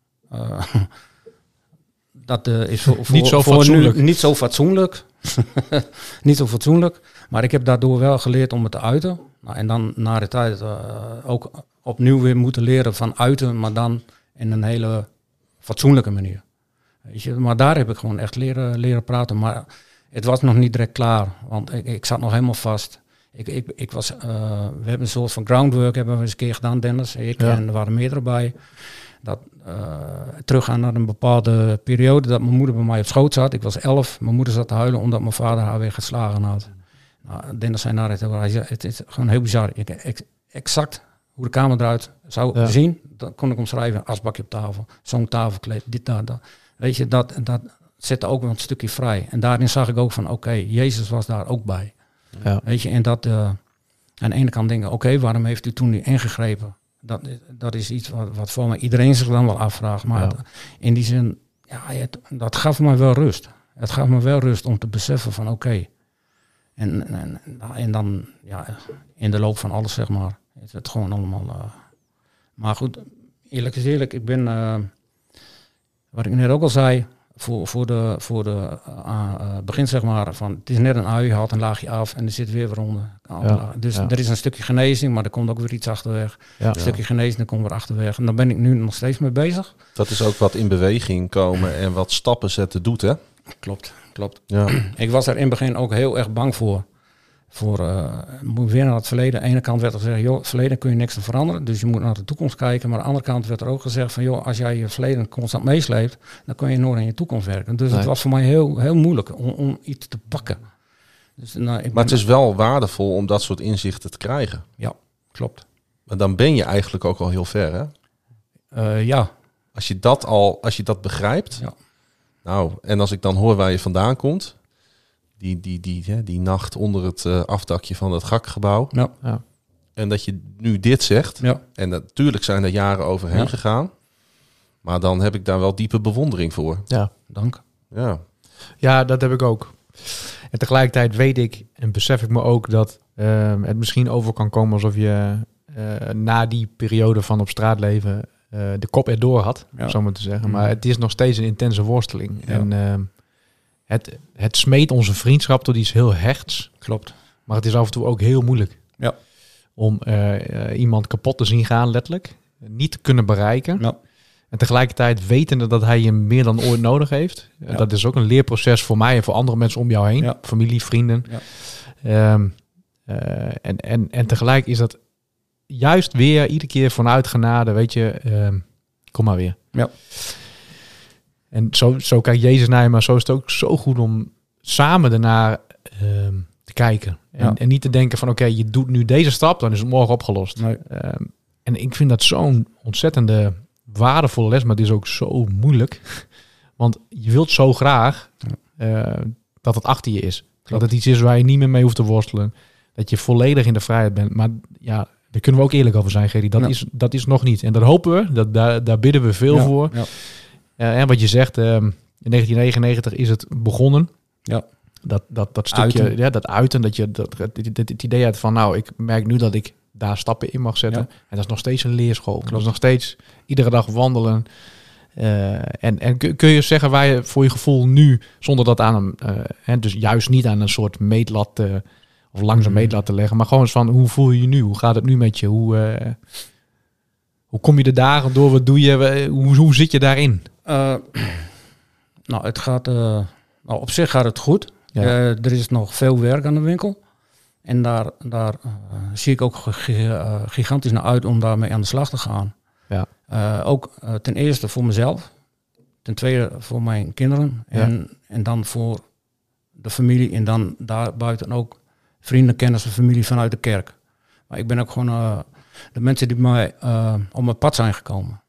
Dat is niet zo fatsoenlijk. Niet zo fatsoenlijk. Niet zo fatsoenlijk. Maar ik heb daardoor wel geleerd om het te uiten. Nou, en dan na de tijd ook opnieuw weer moeten leren van uiten, maar dan in een hele fatsoenlijke manier. Weet je? Maar daar heb ik gewoon echt leren praten. Maar het was nog niet direct klaar, want ik zat nog helemaal vast. We hebben een soort van groundwork hebben we eens een keer gedaan, Dennis. En er waren meerdere bij. Teruggaan naar een bepaalde periode dat mijn moeder bij mij op schoot zat. Ik was 11. Mijn moeder zat te huilen omdat mijn vader haar weer geslagen had. Nou, Dennis zei het is gewoon heel bizar. Exact hoe de kamer eruit zou zien, dat kon ik omschrijven. Asbakje op tafel, zo'n tafelkleed, dit, dat. Weet je, dat zette ook wel een stukje vrij. En daarin zag ik ook van, oké, Jezus was daar ook bij. Ja. Weet je, en dat aan de ene kant denken, oké, waarom heeft u toen niet ingegrepen? Dat is iets wat voor mij iedereen zich dan wel afvraagt. Maar in die zin, dat gaf me wel rust. Het gaf me wel rust om te beseffen van oké. En dan, in de loop van alles, zeg maar, is het gewoon allemaal. Maar goed, eerlijk is eerlijk, ik ben, wat ik net ook al zei, voor de begin, zeg maar, van het is net een ui, je haalt een laagje af en er zit weer onder. Dus er is een stukje genezing, maar er komt ook weer iets achterweg. Een stukje genezing, dan komt weer achterweg. En daar ben ik nu nog steeds mee bezig. Dat is ook wat in beweging komen en wat stappen zetten doet, hè? Klopt. Ja. Ik was er in het begin ook heel erg bang voor. Moet weer naar het verleden. Aan de ene kant werd er gezegd, joh, het verleden kun je niks aan veranderen. Dus je moet naar de toekomst kijken. Maar aan de andere kant werd er ook gezegd van, joh, als jij je verleden constant meesleept, dan kun je nooit aan je toekomst werken. Dus het was voor mij heel, heel moeilijk om iets te pakken. Dus, maar het is wel waardevol om dat soort inzichten te krijgen. Ja, klopt. Maar dan ben je eigenlijk ook al heel ver, hè? Ja. Als je dat begrijpt. Ja. Nou, en als ik dan hoor waar je vandaan komt. Die nacht onder het afdakje van het GAK-gebouw. Ja. En dat je nu dit zegt. Ja. En natuurlijk zijn er jaren overheen gegaan. Maar dan heb ik daar wel diepe bewondering voor. Ja, dank. Ja, dat heb ik ook. En tegelijkertijd weet ik en besef ik me ook dat het misschien over kan komen alsof je na die periode van op straat leven de kop erdoor had, zo maar te zeggen. Maar het is nog steeds een intense worsteling. Ja. En het smeet onze vriendschap tot iets heel hechts. Klopt. Maar het is af en toe ook heel moeilijk. Ja. Om iemand kapot te zien gaan, letterlijk. Niet te kunnen bereiken. Ja. En tegelijkertijd wetende dat hij je meer dan ooit nodig heeft. Ja. Dat is ook een leerproces voor mij en voor andere mensen om jou heen. Ja. Familie, vrienden. Ja. En tegelijk is dat juist weer iedere keer vanuit genade, weet je, kom maar weer. Ja. En zo kijkt Jezus naar je, maar zo is het ook zo goed om samen ernaar te kijken. En niet te denken van oké, je doet nu deze stap, dan is het morgen opgelost. Nee. En ik vind dat zo'n ontzettende waardevolle les, maar het is ook zo moeilijk. Want je wilt zo graag dat het achter je is. Klopt. Dat het iets is waar je niet meer mee hoeft te worstelen. Dat je volledig in de vrijheid bent. Maar ja, daar kunnen we ook eerlijk over zijn, Gerry. Dat is nog niet. En dat hopen we. Daar bidden we veel voor. Ja. En wat je zegt, in 1999 is het begonnen. Ja. Dat stukje, uiten. Dat uiten, dat je het idee had van, nou, ik merk nu dat ik daar stappen in mag zetten. Ja. En dat is nog steeds een leerschool. Klopt. Dat is nog steeds iedere dag wandelen. En kun je zeggen waar je voor je gevoel nu, zonder dat aan hem, dus juist niet aan een soort meetlat of langs een meetlat te leggen, maar gewoon eens van, hoe voel je je nu? Hoe gaat het nu met je? Hoe kom je de dagen door? Wat doe je? Hoe zit je daarin? Nou, het gaat, op zich gaat het goed. Ja. Er is nog veel werk aan de winkel. En daar zie ik ook gigantisch naar uit om daarmee aan de slag te gaan. Ja. Ook ten eerste voor mezelf. Ten tweede voor mijn kinderen. En dan voor de familie. En dan daarbuiten ook vrienden, kennissen, familie vanuit de kerk. Maar ik ben ook gewoon de mensen die bij mij op mijn pad zijn gekomen.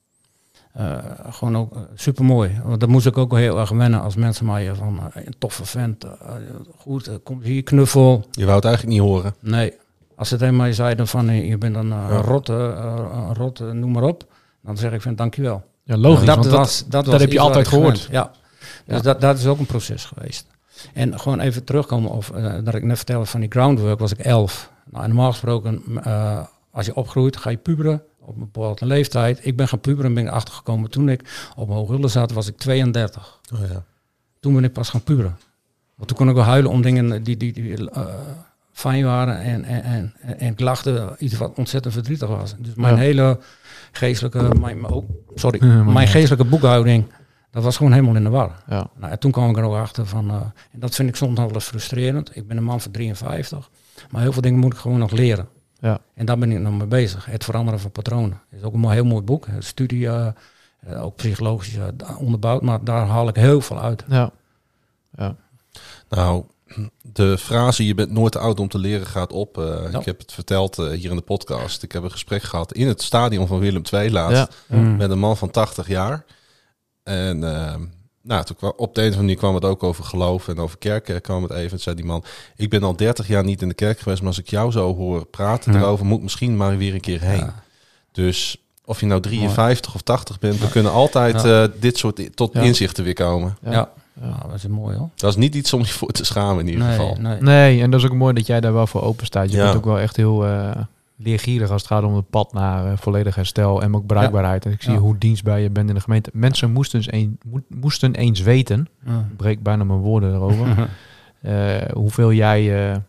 Gewoon ook super mooi. Want dat moest ik ook wel heel erg wennen als mensen mij van een toffe vent. Goed, kom hier, knuffel. Je wou het eigenlijk niet horen. Nee. Als ze tegen mij zeiden van je bent een rotte, noem maar op. Dan zeg ik van dankjewel. Ja, logisch. Dat heb je altijd gehoord. Ja. Dus dat is ook een proces geweest. En gewoon even terugkomen of dat ik net vertelde van die groundwork was ik 11. Nou, normaal gesproken, als je opgroeit, ga je puberen op een bepaalde leeftijd. Ik ben gaan puberen en ben ik achtergekomen toen ik op mijn Hooghulle zat, was ik 32. Oh ja. Toen ben ik pas gaan puberen. Want toen kon ik wel huilen om dingen die fijn waren en ik lachte iets wat ontzettend verdrietig was. Dus mijn hele geestelijke, mijn geestelijke boekhouding, dat was gewoon helemaal in de war. Ja. Nou, en toen kwam ik er ook achter van, en dat vind ik soms nog wel eens frustrerend. Ik ben een man van 53, maar heel veel dingen moet ik gewoon nog leren. Ja. En daar ben ik nog mee bezig. Het veranderen van patronen. Het is ook een heel mooi boek. Studie, ook psychologisch onderbouwd, maar daar haal ik heel veel uit. Ja. Ja. Nou, de frase je bent nooit te oud om te leren gaat op. Ik heb het verteld hier in de podcast. Ik heb een gesprek gehad in het stadion van Willem II laatst. Met een man van 80 jaar. En toen op de een of andere manier kwam het ook over geloof en over kerk kwam het even. Zei die man, ik ben al 30 jaar niet in de kerk geweest, maar als ik jou zo hoor praten erover, moet ik misschien maar weer een keer heen. Ja. Dus of je nou 53 of 80 bent, we kunnen altijd dit soort tot inzichten weer komen. Ja. Ja, dat is mooi hoor. Dat is niet iets om je voor te schamen in ieder geval. Nee, en dat is ook mooi dat jij daar wel voor open staat. Je bent ook wel echt heel leergierig als het gaat om het pad naar volledig herstel en ook bereikbaarheid. En ik zie hoe dienstbaar je bent in de gemeente. Mensen moesten eens weten, ik breek bijna mijn woorden erover, hoeveel jij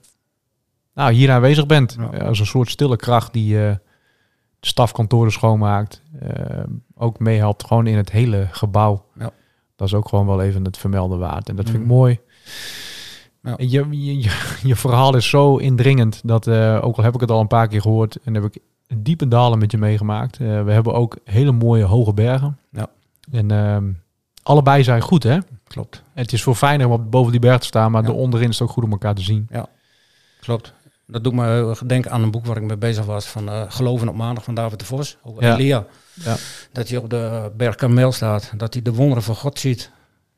hier aanwezig bent. Als een soort stille kracht die de stafkantoren schoonmaakt. Ook meehelpt gewoon in het hele gebouw. Ja. Dat is ook gewoon wel even het vermelden waard. En dat vind ik mooi. Ja. Je verhaal is zo indringend dat, ook al heb ik het al een paar keer gehoord en heb ik diepe dalen met je meegemaakt. We hebben ook hele mooie hoge bergen. Ja. En allebei zijn goed, hè? Klopt. Het is voor fijner om boven die berg te staan, maar onderin is het ook goed om elkaar te zien. Ja, klopt. Dat doet me denken aan een boek waar ik mee bezig was van Geloven op maandag van David de Vos. Over Elia. Ja. Dat hij op de berg Karmel staat. Dat hij de wonderen van God ziet.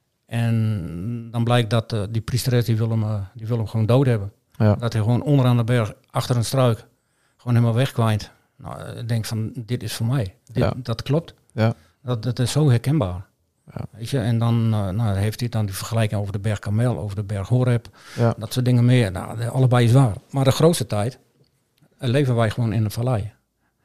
En dan blijkt dat die priesteres die wil hem gewoon dood hebben. Ja. Dat hij gewoon onderaan de berg, achter een struik, gewoon helemaal wegkwijnt. Nou, ik denk van, dit is voor mij. Dat klopt. Ja. Dat is zo herkenbaar. Ja. Weet je? En dan heeft hij dan die vergelijking over de berg Karmel, over de berg Horeb. Ja. Dat soort dingen meer. Nou, allebei is waar. Maar de grootste tijd leven wij gewoon in de vallei.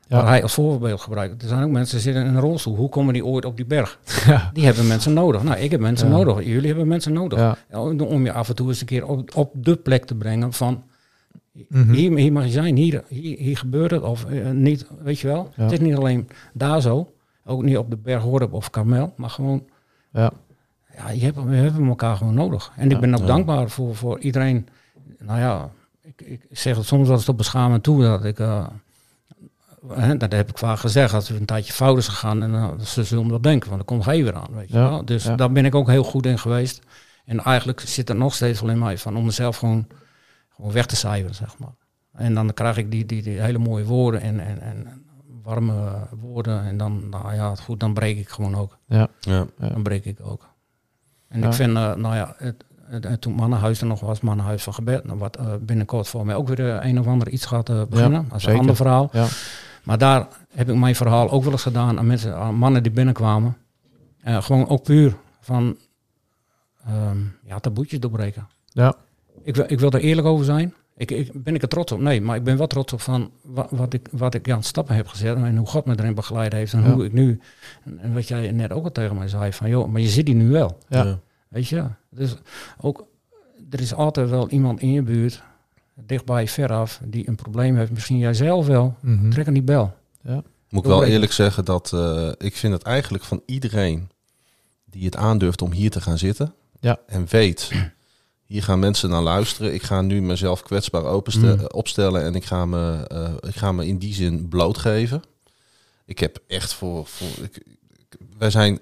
waar hij als voorbeeld gebruikt. Er zijn ook mensen die zitten in een rolstoel. Hoe komen die ooit op die berg? Ja. Die hebben mensen nodig. Nou, ik heb mensen nodig. Jullie hebben mensen nodig. Ja. Om je af en toe eens een keer op de plek te brengen van... Hier mag je zijn, hier gebeurt het of niet, weet je wel. Ja. Het is niet alleen daar zo, ook niet op de berg Horeb of Karmel, maar gewoon... Ja. Ja, we hebben elkaar gewoon nodig. En ik ben ook dankbaar voor iedereen. Nou ja, ik zeg het soms wel eens op beschamend toe dat ik... dat heb ik vaak gezegd, als er een tijdje fout is gegaan en ze zullen dat denken, want dan komt hij weer aan, weet je wel. Dus daar ben ik ook heel goed in geweest. En eigenlijk zit het nog steeds wel in mij van om mezelf gewoon weg te cijferen, zeg maar. En dan krijg ik die hele mooie woorden en warme woorden. En dan, nou ja, goed, dan breek ik gewoon ook. Ja. Dan breek ik ook. En ik vind, toen Mannenhuis er nog was, Mannenhuis van Gebed, wat binnenkort voor mij ook weer een of ander iets gaat beginnen. Dat is een ander verhaal. Ja. Maar daar heb ik mijn verhaal ook wel eens gedaan aan mensen, aan mannen die binnenkwamen. Gewoon ook puur van taboetjes doorbreken. Ja. Ik wil er eerlijk over zijn. Ben ik er trots op? Nee, maar ik ben wel trots op van wat ik aan stappen heb gezet en hoe God me erin begeleid heeft en hoe ik nu, en wat jij net ook al tegen mij zei, van joh, maar je zit hier nu wel. Ja. Weet je? Dus ook, er is altijd wel iemand in je buurt, dichtbij, veraf, die een probleem heeft. Misschien jij zelf wel. Trek aan die bel. Ja. Moet ik wel eerlijk zeggen dat ik vind het eigenlijk van iedereen die het aandurft om hier te gaan zitten en weet... Hier gaan mensen naar luisteren. Ik ga nu mezelf kwetsbaar opstellen en ik ga me in die zin blootgeven. Ik heb echt wij zijn,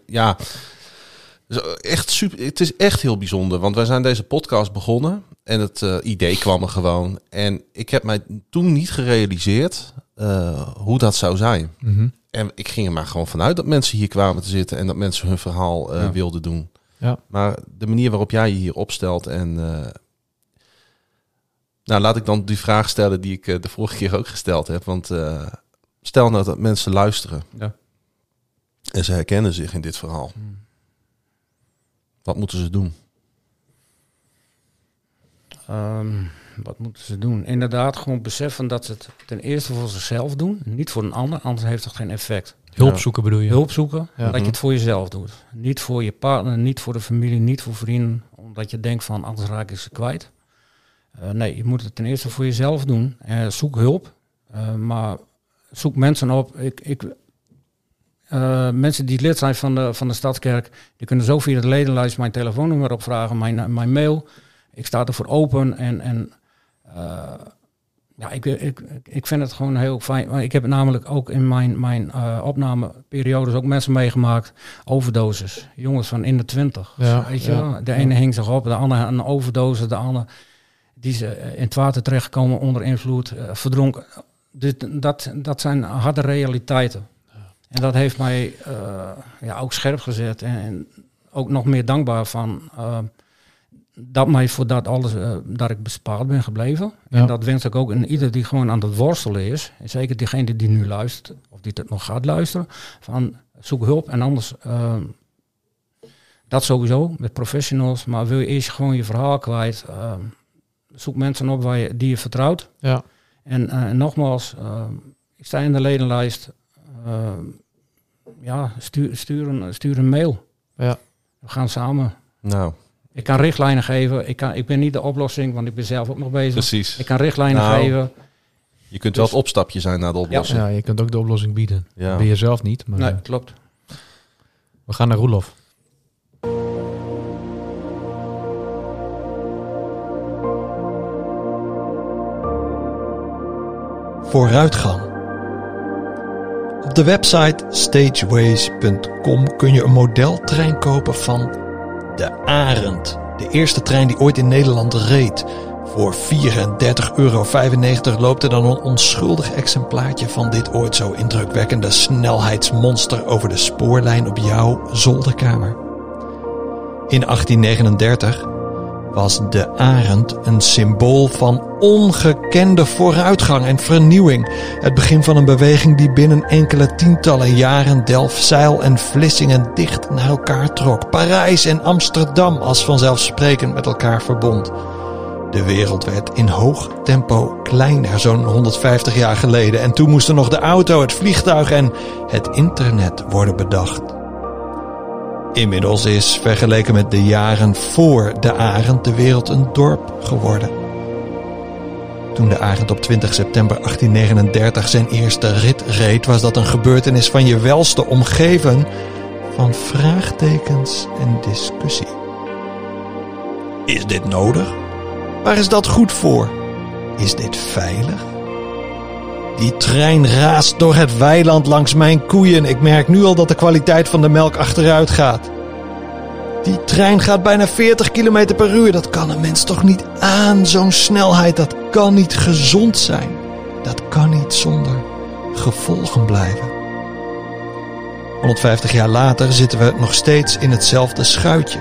echt super. Het is echt heel bijzonder, want wij zijn deze podcast begonnen en het idee kwam er gewoon. En ik heb mij toen niet gerealiseerd hoe dat zou zijn. En ik ging er maar gewoon vanuit dat mensen hier kwamen te zitten en dat mensen hun verhaal wilden doen. Ja. Maar de manier waarop jij je hier opstelt en... laat ik dan die vraag stellen die ik de vorige keer ook gesteld heb. Want stel nou dat mensen luisteren. Ja. En ze herkennen zich in dit verhaal. Wat moeten ze doen? Wat moeten ze doen? Inderdaad, gewoon beseffen dat ze het ten eerste voor zichzelf doen. Niet voor een ander, anders heeft het geen effect. Hulp zoeken bedoel je? Hulp zoeken, dat je het voor jezelf doet. Niet voor je partner, niet voor de familie, niet voor vrienden. Omdat je denkt van, anders raak ik ze kwijt. Nee, je moet het ten eerste voor jezelf doen. Zoek hulp, maar zoek mensen op. Mensen die lid zijn van de Stadskerk, die kunnen zo via de ledenlijst mijn telefoonnummer opvragen, mijn mail. Ik sta ervoor open en ik vind het gewoon heel fijn. Ik heb namelijk ook in mijn opnameperiodes ook mensen meegemaakt, overdoses. Jongens van in de 20. Weet je wel? De ene hing zich op, de andere een overdose, de andere die ze in het water terechtkomen onder invloed, verdronken. Dus dat zijn harde realiteiten. En dat heeft mij ook scherp gezet en ook nog meer dankbaar van... dat mij voor dat alles, dat ik bespaard ben gebleven. Ja. En dat wens ik ook in ieder die gewoon aan het worstelen is. En zeker diegene die nu luistert, of die het nog gaat luisteren. Van zoek hulp en anders, dat sowieso met professionals. Maar wil je eerst gewoon je verhaal kwijt, zoek mensen op die je vertrouwt. Ja. En nogmaals, ik sta in de ledenlijst. Stuur een mail. Ja. We gaan samen. Nou. Ik kan richtlijnen geven. Ik ben niet de oplossing, want ik ben zelf ook nog bezig. Precies. Ik kan richtlijnen geven. Je kunt wel het opstapje zijn naar de oplossing. Ja, je kunt ook de oplossing bieden. Ja. Dat ben je zelf niet. Maar nee, klopt. We gaan naar Roelof. Vooruitgang. Op de website stageways.com kun je een modeltrein kopen van de Arend. De eerste trein die ooit in Nederland reed. Voor €34,95 loopt er dan een onschuldig exemplaartje van dit ooit zo indrukwekkende snelheidsmonster over de spoorlijn op jouw zolderkamer. In 1839 was de Arend een symbool van ongekende vooruitgang en vernieuwing. Het begin van een beweging die binnen enkele tientallen jaren Delfzijl en Vlissingen dicht naar elkaar trok. Parijs en Amsterdam als vanzelfsprekend met elkaar verbond. De wereld werd in hoog tempo kleiner, zo'n 150 jaar geleden. En toen moesten nog de auto, het vliegtuig en het internet worden bedacht. Inmiddels is, vergeleken met de jaren voor de Arend, de wereld een dorp geworden. Toen de Arend op 20 september 1839 zijn eerste rit reed, was dat een gebeurtenis van je welste omgeven van vraagtekens en discussie. Is dit nodig? Waar is dat goed voor? Is dit veilig? Die trein raast door het weiland langs mijn koeien. Ik merk nu al dat de kwaliteit van de melk achteruit gaat. Die trein gaat bijna 40 km per uur. Dat kan een mens toch niet aan, zo'n snelheid. Dat kan niet gezond zijn. Dat kan niet zonder gevolgen blijven. 150 jaar later zitten we nog steeds in hetzelfde schuitje.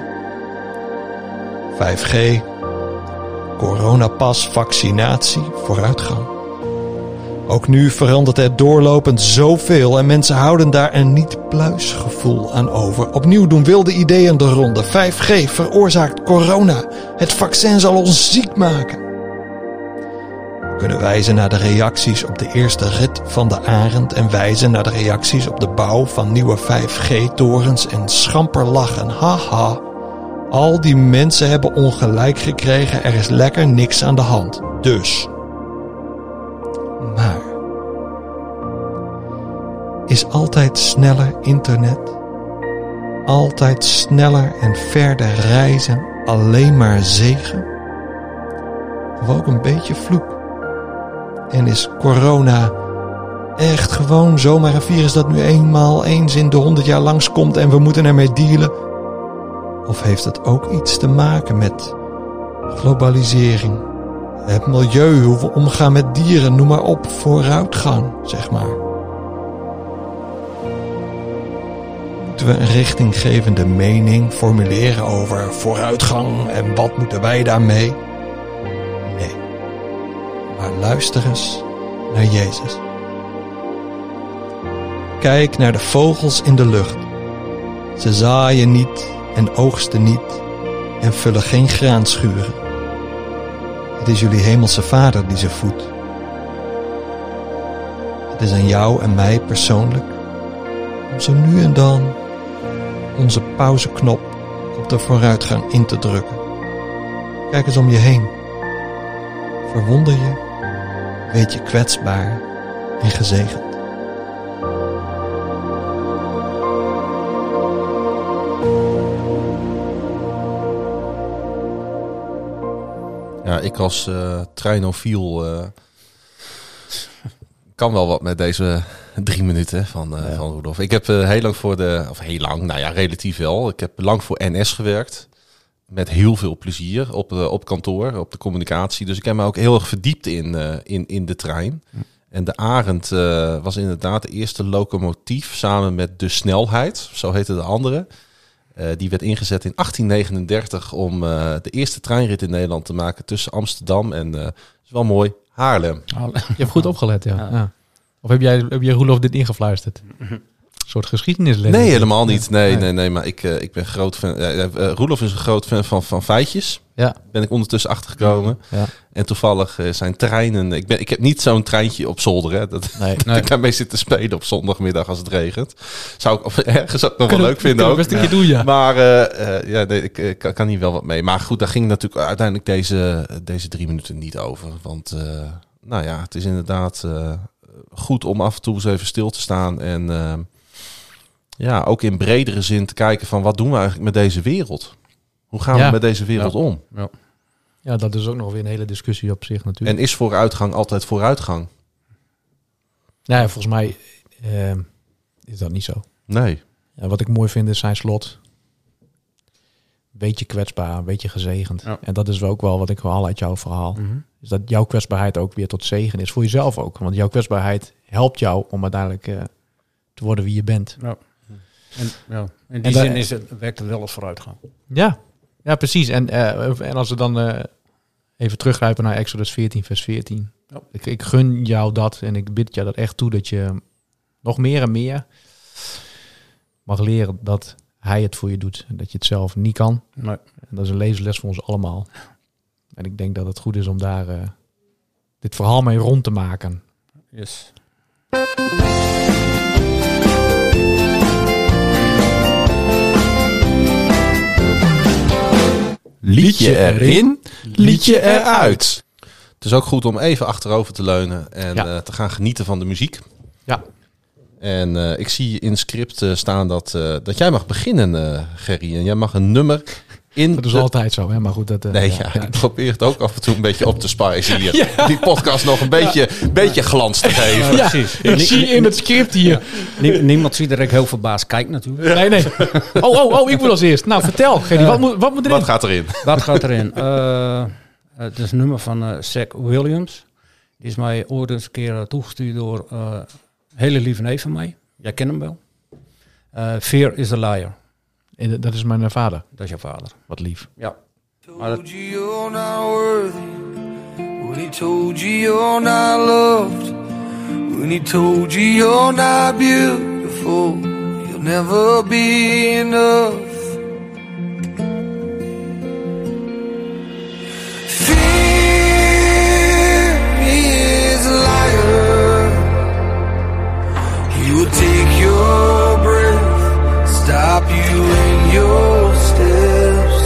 5G, coronapas, vaccinatie, vooruitgang. Ook nu verandert er doorlopend zoveel en mensen houden daar een niet-pluisgevoel aan over. Opnieuw doen wilde ideeën de ronde. 5G veroorzaakt corona. Het vaccin zal ons ziek maken. We kunnen wijzen naar de reacties op de eerste rit van de Arend en wijzen naar de reacties op de bouw van nieuwe 5G-torens en schamper lachen. Haha. Al die mensen hebben ongelijk gekregen, er is lekker niks aan de hand. Dus. Maar. Is altijd sneller internet, altijd sneller en verder reizen alleen maar zegen? Of ook een beetje vloek? En is corona echt gewoon zomaar een virus dat nu eenmaal eens in de 100 jaar langskomt en we moeten ermee dealen? Of heeft het ook iets te maken met globalisering, het milieu, hoe we omgaan met dieren, noem maar op, vooruitgang, zeg maar. Moeten we een richtinggevende mening formuleren over vooruitgang en wat moeten wij daarmee? Nee. Maar luister eens naar Jezus. Kijk naar de vogels in de lucht. Ze zaaien niet en oogsten niet en vullen geen graanschuren. Het is jullie hemelse Vader die ze voedt. Het is aan jou en mij persoonlijk om zo nu en dan onze pauzeknop op de vooruitgang in te drukken. Kijk eens om je heen. Verwonder je, weet je kwetsbaar en gezegend. Ja, ik als treinofiel kan wel wat met deze 3 minuten van Roelof. Ik heb heel lang relatief wel. Ik heb lang voor NS gewerkt. Met heel veel plezier op kantoor, op de communicatie. Dus ik heb me ook heel erg verdiept in de trein. En de Arend was inderdaad de eerste locomotief samen met de snelheid. Zo heette de andere. Die werd ingezet in 1839 om de eerste treinrit in Nederland te maken tussen Amsterdam en, dat is wel mooi, Haarlem. Je hebt goed opgelet, ja. Ja. Of heb jij Roelof dit ingefluisterd? Een soort geschiedenisles? Nee, helemaal niet. Nee, maar ik ben groot fan. Roelof is een groot fan van feitjes. Ja. Ben ik ondertussen achtergekomen. Ja. En toevallig zijn treinen. Ik heb niet zo'n treintje op zolder. Hè, dat ik daarmee zit te spelen op zondagmiddag als het regent. Zou ik ergens ook nog wel leuk vinden ook. Best een keer doen, ja. Maar ik kan hier wel wat mee. Maar goed, daar ging natuurlijk uiteindelijk deze 3 minuten niet over. Want het is inderdaad goed om af en toe eens even stil te staan. En ook in bredere zin te kijken van wat doen we eigenlijk met deze wereld? Hoe gaan we met deze wereld om? Ja. Ja, dat is ook nog weer een hele discussie op zich natuurlijk. En is vooruitgang altijd vooruitgang? Ja, volgens mij is dat niet zo. Nee. Ja, wat ik mooi vind is zijn slot. Beetje kwetsbaar, beetje gezegend. Ja. En dat is ook wel wat ik haal uit jouw verhaal. Mm-hmm. Is dat jouw kwetsbaarheid ook weer tot zegen is voor jezelf ook. Want jouw kwetsbaarheid helpt jou om uiteindelijk te worden wie je bent. Ja. In die zin werkt het wel als vooruitgang. Ja, precies. En als we dan even teruggrijpen naar Exodus 14, vers 14. Ja. Ik gun jou dat en ik bid jou dat echt toe dat je nog meer en meer mag leren dat hij het voor je doet. En dat je het zelf niet kan. Nee. En dat is een levensles voor ons allemaal. En ik denk dat het goed is om daar dit verhaal mee rond te maken. Yes. Liedje erin, liedje eruit. Het is ook goed om even achterover te leunen en te gaan genieten van de muziek. Ja. En ik zie in het script staan dat jij mag beginnen, Gerry. En jij mag een nummer in. Dat is altijd zo, hè? Maar goed. Dat, ik probeer het ook af en toe een beetje op te spicen hier. Ja. Die podcast nog een beetje glans te geven. Ja, precies. Ik zie in het script hier. Niemand ziet er ook heel verbaasd kijkt natuurlijk. Nee. Oh, ik moet als eerst. Nou, vertel, Gerry, wat moet erin? Wat gaat erin? Wat gaat erin? Het is een nummer van Zach Williams. Die is mij ooit eens een keer toegestuurd door een hele lieve neef van mij. Jij kent hem wel. Fear is a Liar. Dat is mijn vader. Dat is jouw vader. Wat lief. Ja. Told you you're not worthy, when he told you you're not loved, when he told you you're not beautiful, you'll never be enough. Fear is a liar, he will take your breath, stop you in your steps.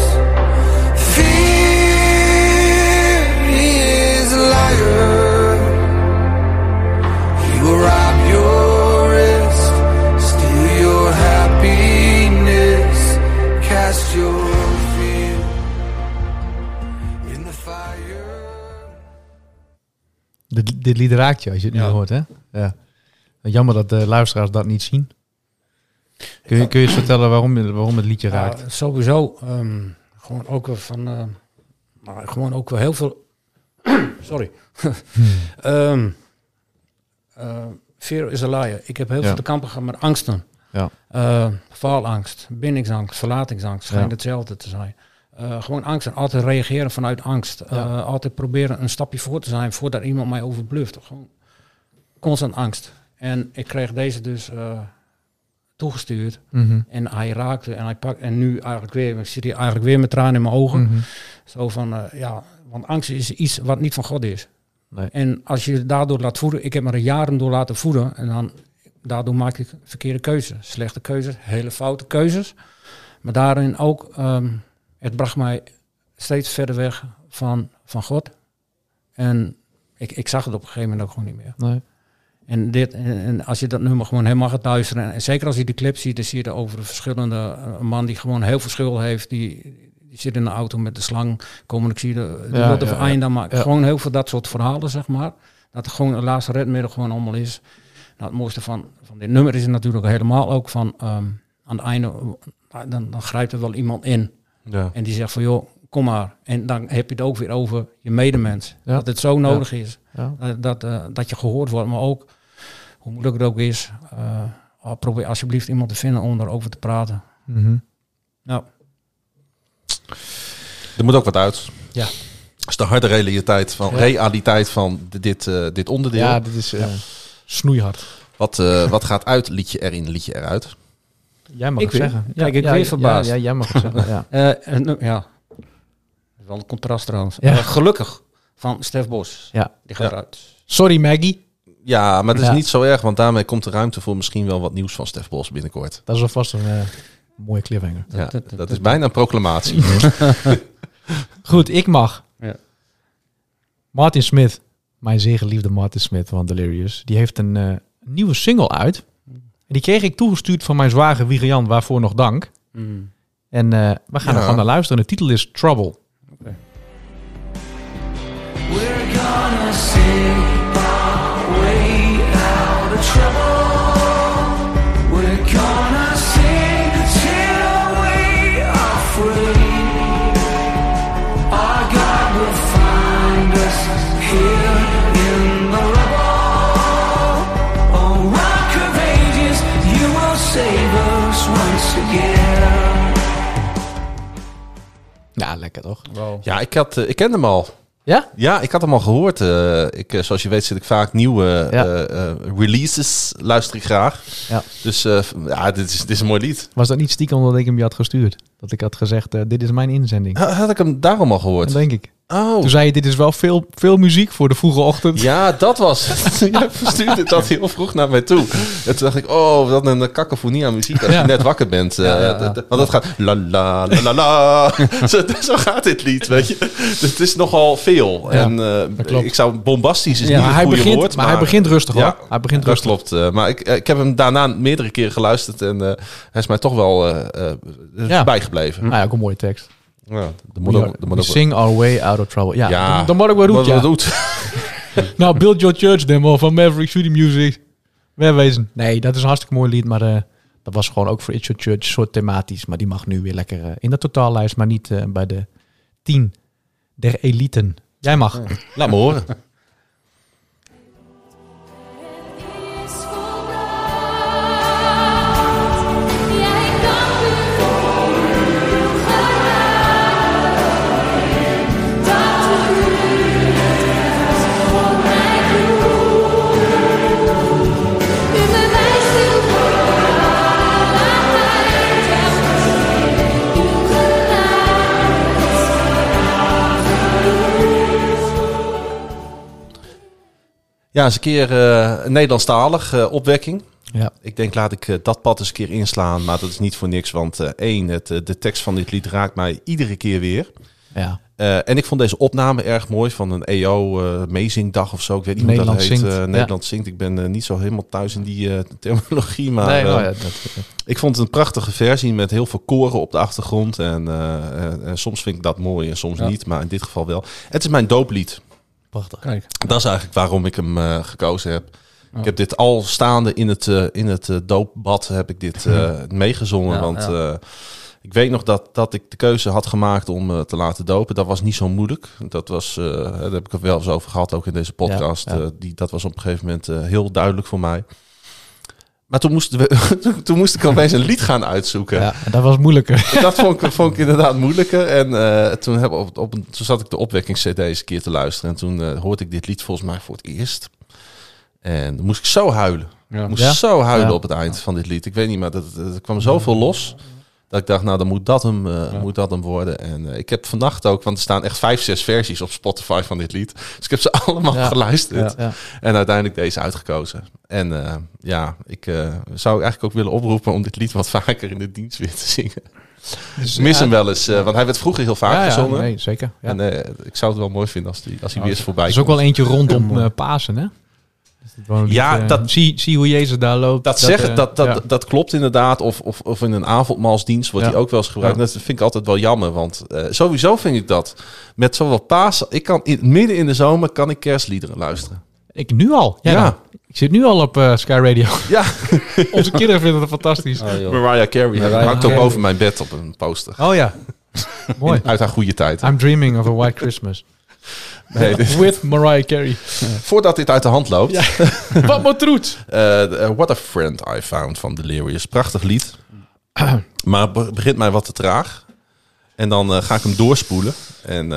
Dit lied raakt je als je het nu hoort, hè? Ja. Jammer dat de luisteraars dat niet zien. Kun je eens vertellen waarom het liedje raakt? Sowieso, gewoon ook wel van... gewoon ook wel heel veel... Sorry. Fear is a liar. Ik heb heel veel te kampen gehad met angsten. Ja. Faalangst, bindingsangst, verlatingsangst. Schijnt hetzelfde te zijn. Gewoon angst en altijd reageren vanuit angst. Altijd proberen een stapje voor te zijn voordat iemand mij overbluft. Gewoon constant angst. En ik kreeg deze dus toegestuurd. Mm-hmm. En hij raakte en hij pakt. En nu eigenlijk weer, ik zit hier eigenlijk weer met tranen in mijn ogen. Mm-hmm. Zo van, want angst is iets wat niet van God is. Nee. En als je daardoor laat voeden, ik heb me er jaren door laten voeden. En dan, daardoor maak ik verkeerde keuzes. Slechte keuzes, hele foute keuzes. Maar daarin ook... het bracht mij steeds verder weg van God. En ik zag het op een gegeven moment ook gewoon niet meer. Nee. En als je dat nummer gewoon helemaal gaat luisteren... en zeker als je de clip ziet, dan zie je er over een verschillende... een man die gewoon heel veel schuld heeft... die zit in een auto met de slang... communicatie, wordt er einde maar gewoon heel veel dat soort verhalen, zeg maar. Dat het gewoon een laatste redmiddel gewoon allemaal is. Nou, het mooiste van dit nummer is er natuurlijk helemaal ook van... aan het einde, dan grijpt er wel iemand in... Ja. En die zegt van, joh, kom maar. En dan heb je het ook weer over je medemens. Ja. Dat het zo nodig is. Ja. Dat je gehoord wordt. Maar ook, hoe moeilijk het ook is... probeer alsjeblieft iemand te vinden om daarover te praten. Mm-hmm. Nou. Er moet ook wat uit. Ja. Dat is de harde realiteit van dit onderdeel. Ja, dit is snoeihard. Wat gaat uit, liedje erin, liedje eruit? Jij mag het zeggen. Kijk, ik ben verbaasd. Ja, jij mag het zeggen. Ja. Wel een contrast trouwens. Ja. Gelukkig van Stef Bos. Ja. Die gaat eruit. Sorry Maggie. Ja, maar het is niet zo erg, want daarmee komt de ruimte voor misschien wel wat nieuws van Stef Bos binnenkort. Dat is alvast een mooie cliffhanger. Ja, dat is bijna een proclamatie. Goed, ik mag. Ja. Martin Smith, mijn zeer geliefde Martin Smith van Delirious, die heeft een nieuwe single uit. En die kreeg ik toegestuurd van mijn zwager Wiegel-Jan, waarvoor nog dank. Mm. En we gaan er gewoon naar luisteren. De titel is Trouble. Okay. We're gonna sing our way out of trouble. We're gonna sing till we are free. Our God will find us here in the rubble. Oh, rock of ages, you will save us once again. Ja, lekker toch? Wow. Ja, ik ken hem al. Ja? Ja, ik had hem al gehoord. Zoals je weet zit ik vaak nieuwe releases, luister ik graag. Ja. Dus dit is een mooi lied. Was dat niet stiekem omdat ik hem je had gestuurd? Dat ik had gezegd, dit is mijn inzending. Had ik hem daarom al gehoord? Dat denk ik. Oh. Toen zei je, dit is wel veel muziek voor de vroege ochtend. Ja, dat was het. Jij verstuurde dat heel vroeg naar mij toe. En toen dacht ik, wat een cacophonie aan muziek als je net wakker bent. Want dat gaat la la la la la. Zo gaat dit lied, weet je. Het is nogal veel. Ja, en ik zou bombastisch is niet maar het goede woord. Maar hij begint rustig hoor. Hij begint dat rustig. klopt. Maar ik heb hem daarna meerdere keren geluisterd en hij is mij toch wel bijgebleven. Nou ja, ook een mooie tekst. Ja, We sing our way out of trouble. Ja, dan moet ik wel doen. Nou, build your church demo van Maverick Shooting Music. Wegwezen. Nee, dat is een hartstikke mooi lied, maar dat was gewoon ook voor It's Your Church soort thematisch. Maar die mag nu weer lekker in de totaallijst, maar niet bij de 10 der eliten. Jij mag. Laat me horen. Ja, eens een keer Nederlandstalig opwekking. Ja. Ik denk, laat ik dat pad eens een keer inslaan. Maar dat is niet voor niks, want de tekst van dit lied raakt mij iedere keer weer. Ja. En ik vond deze opname erg mooi van een EO Meezingdag of zo. Ik weet niet hoe dat heet. Nederland zingt. Ik ben niet zo helemaal thuis in die terminologie. Maar ik vond het een prachtige versie met heel veel koren op de achtergrond. En soms vind ik dat mooi en soms niet. Maar in dit geval wel. Het is mijn dooplied. Prachtig. Kijk. Dat is eigenlijk waarom ik hem gekozen heb. Ik heb dit al staande in het doopbad heb ik dit meegezongen. Want ik weet nog dat ik de keuze had gemaakt om te laten dopen. Dat was niet zo moeilijk. Dat was, daar heb ik het wel eens over gehad, ook in deze podcast. Dat was op een gegeven moment heel duidelijk voor mij. Maar toen moest ik opeens een lied gaan uitzoeken. Ja, dat was moeilijker. Dat vond ik inderdaad moeilijker. En toen zat ik de opwekkings-cd eens een keer te luisteren. En toen hoorde ik dit lied volgens mij voor het eerst. En dan moest ik zo huilen. Ja. Ik moest zo huilen op het eind van dit lied. Ik weet niet, maar er kwam zoveel los. Dat ik dacht, nou, dan moet dat hem worden. En ik heb vannacht ook, want er staan echt 5-6 versies op Spotify van dit lied. Dus ik heb ze allemaal geluisterd. Ja. En uiteindelijk deze uitgekozen. En ik zou eigenlijk ook willen oproepen om dit lied wat vaker in de dienst weer te zingen. Dus, ik mis hem wel eens, want hij werd vroeger heel vaak gezongen. Nee, zeker. Ja. En ik zou het wel mooi vinden als hij weer eens voorbij komt. Er is ook wel eentje rondom Pasen, hè? Zie hoe Jezus daar loopt. Dat klopt inderdaad. Of in een avondmaalsdienst wordt die ook wel eens gebruikt. Dat vind ik altijd wel jammer. Want sowieso vind ik dat met zowel Pasen. Ik kan midden in de zomer kan ik kerstliederen luisteren. Ik nu al. Ja. Ik zit nu al op Sky Radio. Ja. Onze kinderen vinden het fantastisch. Mariah Carey hangt ook boven mijn bed op een poster. Oh ja. Mooi. Uit haar goede tijd. I'm dreaming of a white Christmas. Nee, with Mariah Carey. Voordat dit uit de hand loopt. Ja. Wat moet troet? What a Friend I Found van Delirious. Prachtig lied. Maar het begint mij wat te traag. En dan ga ik hem doorspoelen. En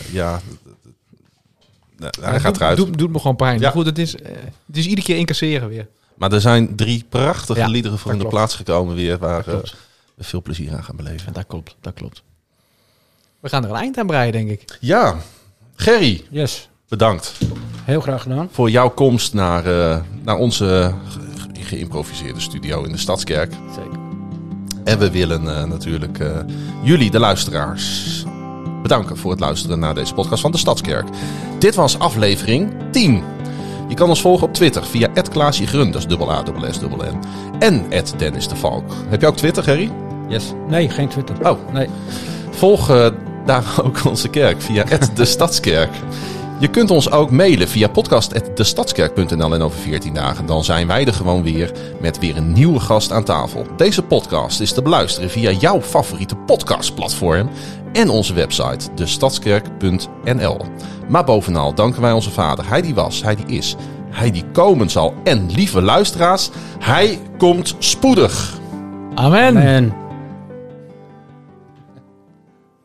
hij gaat eruit. Doet me gewoon pijn. Ja. Maar goed, het is iedere keer incasseren weer. Maar er zijn 3 prachtige liederen voor in de plaats gekomen weer. Waar we veel plezier aan gaan beleven. En dat klopt. We gaan er een eind aan breien, denk ik. Ja. Gerry, bedankt. Heel graag gedaan. Voor jouw komst naar onze geïmproviseerde studio in de Stadskerk. Zeker. En we willen natuurlijk jullie, de luisteraars, bedanken voor het luisteren naar deze podcast van de Stadskerk. Dit was aflevering 10. Je kan ons volgen op Twitter via @KlaasjeGrun, dat is @ASSN. En @Dennis de Valk. Heb je ook Twitter, Gerry? Yes. Nee, geen Twitter. Oh. Nee. Volg daar ook onze kerk via @de Stadskerk. Je kunt ons ook mailen via podcast@destadskerk.nl en over 14 dagen. Dan zijn wij er gewoon weer met weer een nieuwe gast aan tafel. Deze podcast is te beluisteren via jouw favoriete podcastplatform en onze website destadskerk.nl. Maar bovenal danken wij onze Vader. Hij die was, hij die is, hij die komen zal. En lieve luisteraars, hij komt spoedig. Amen.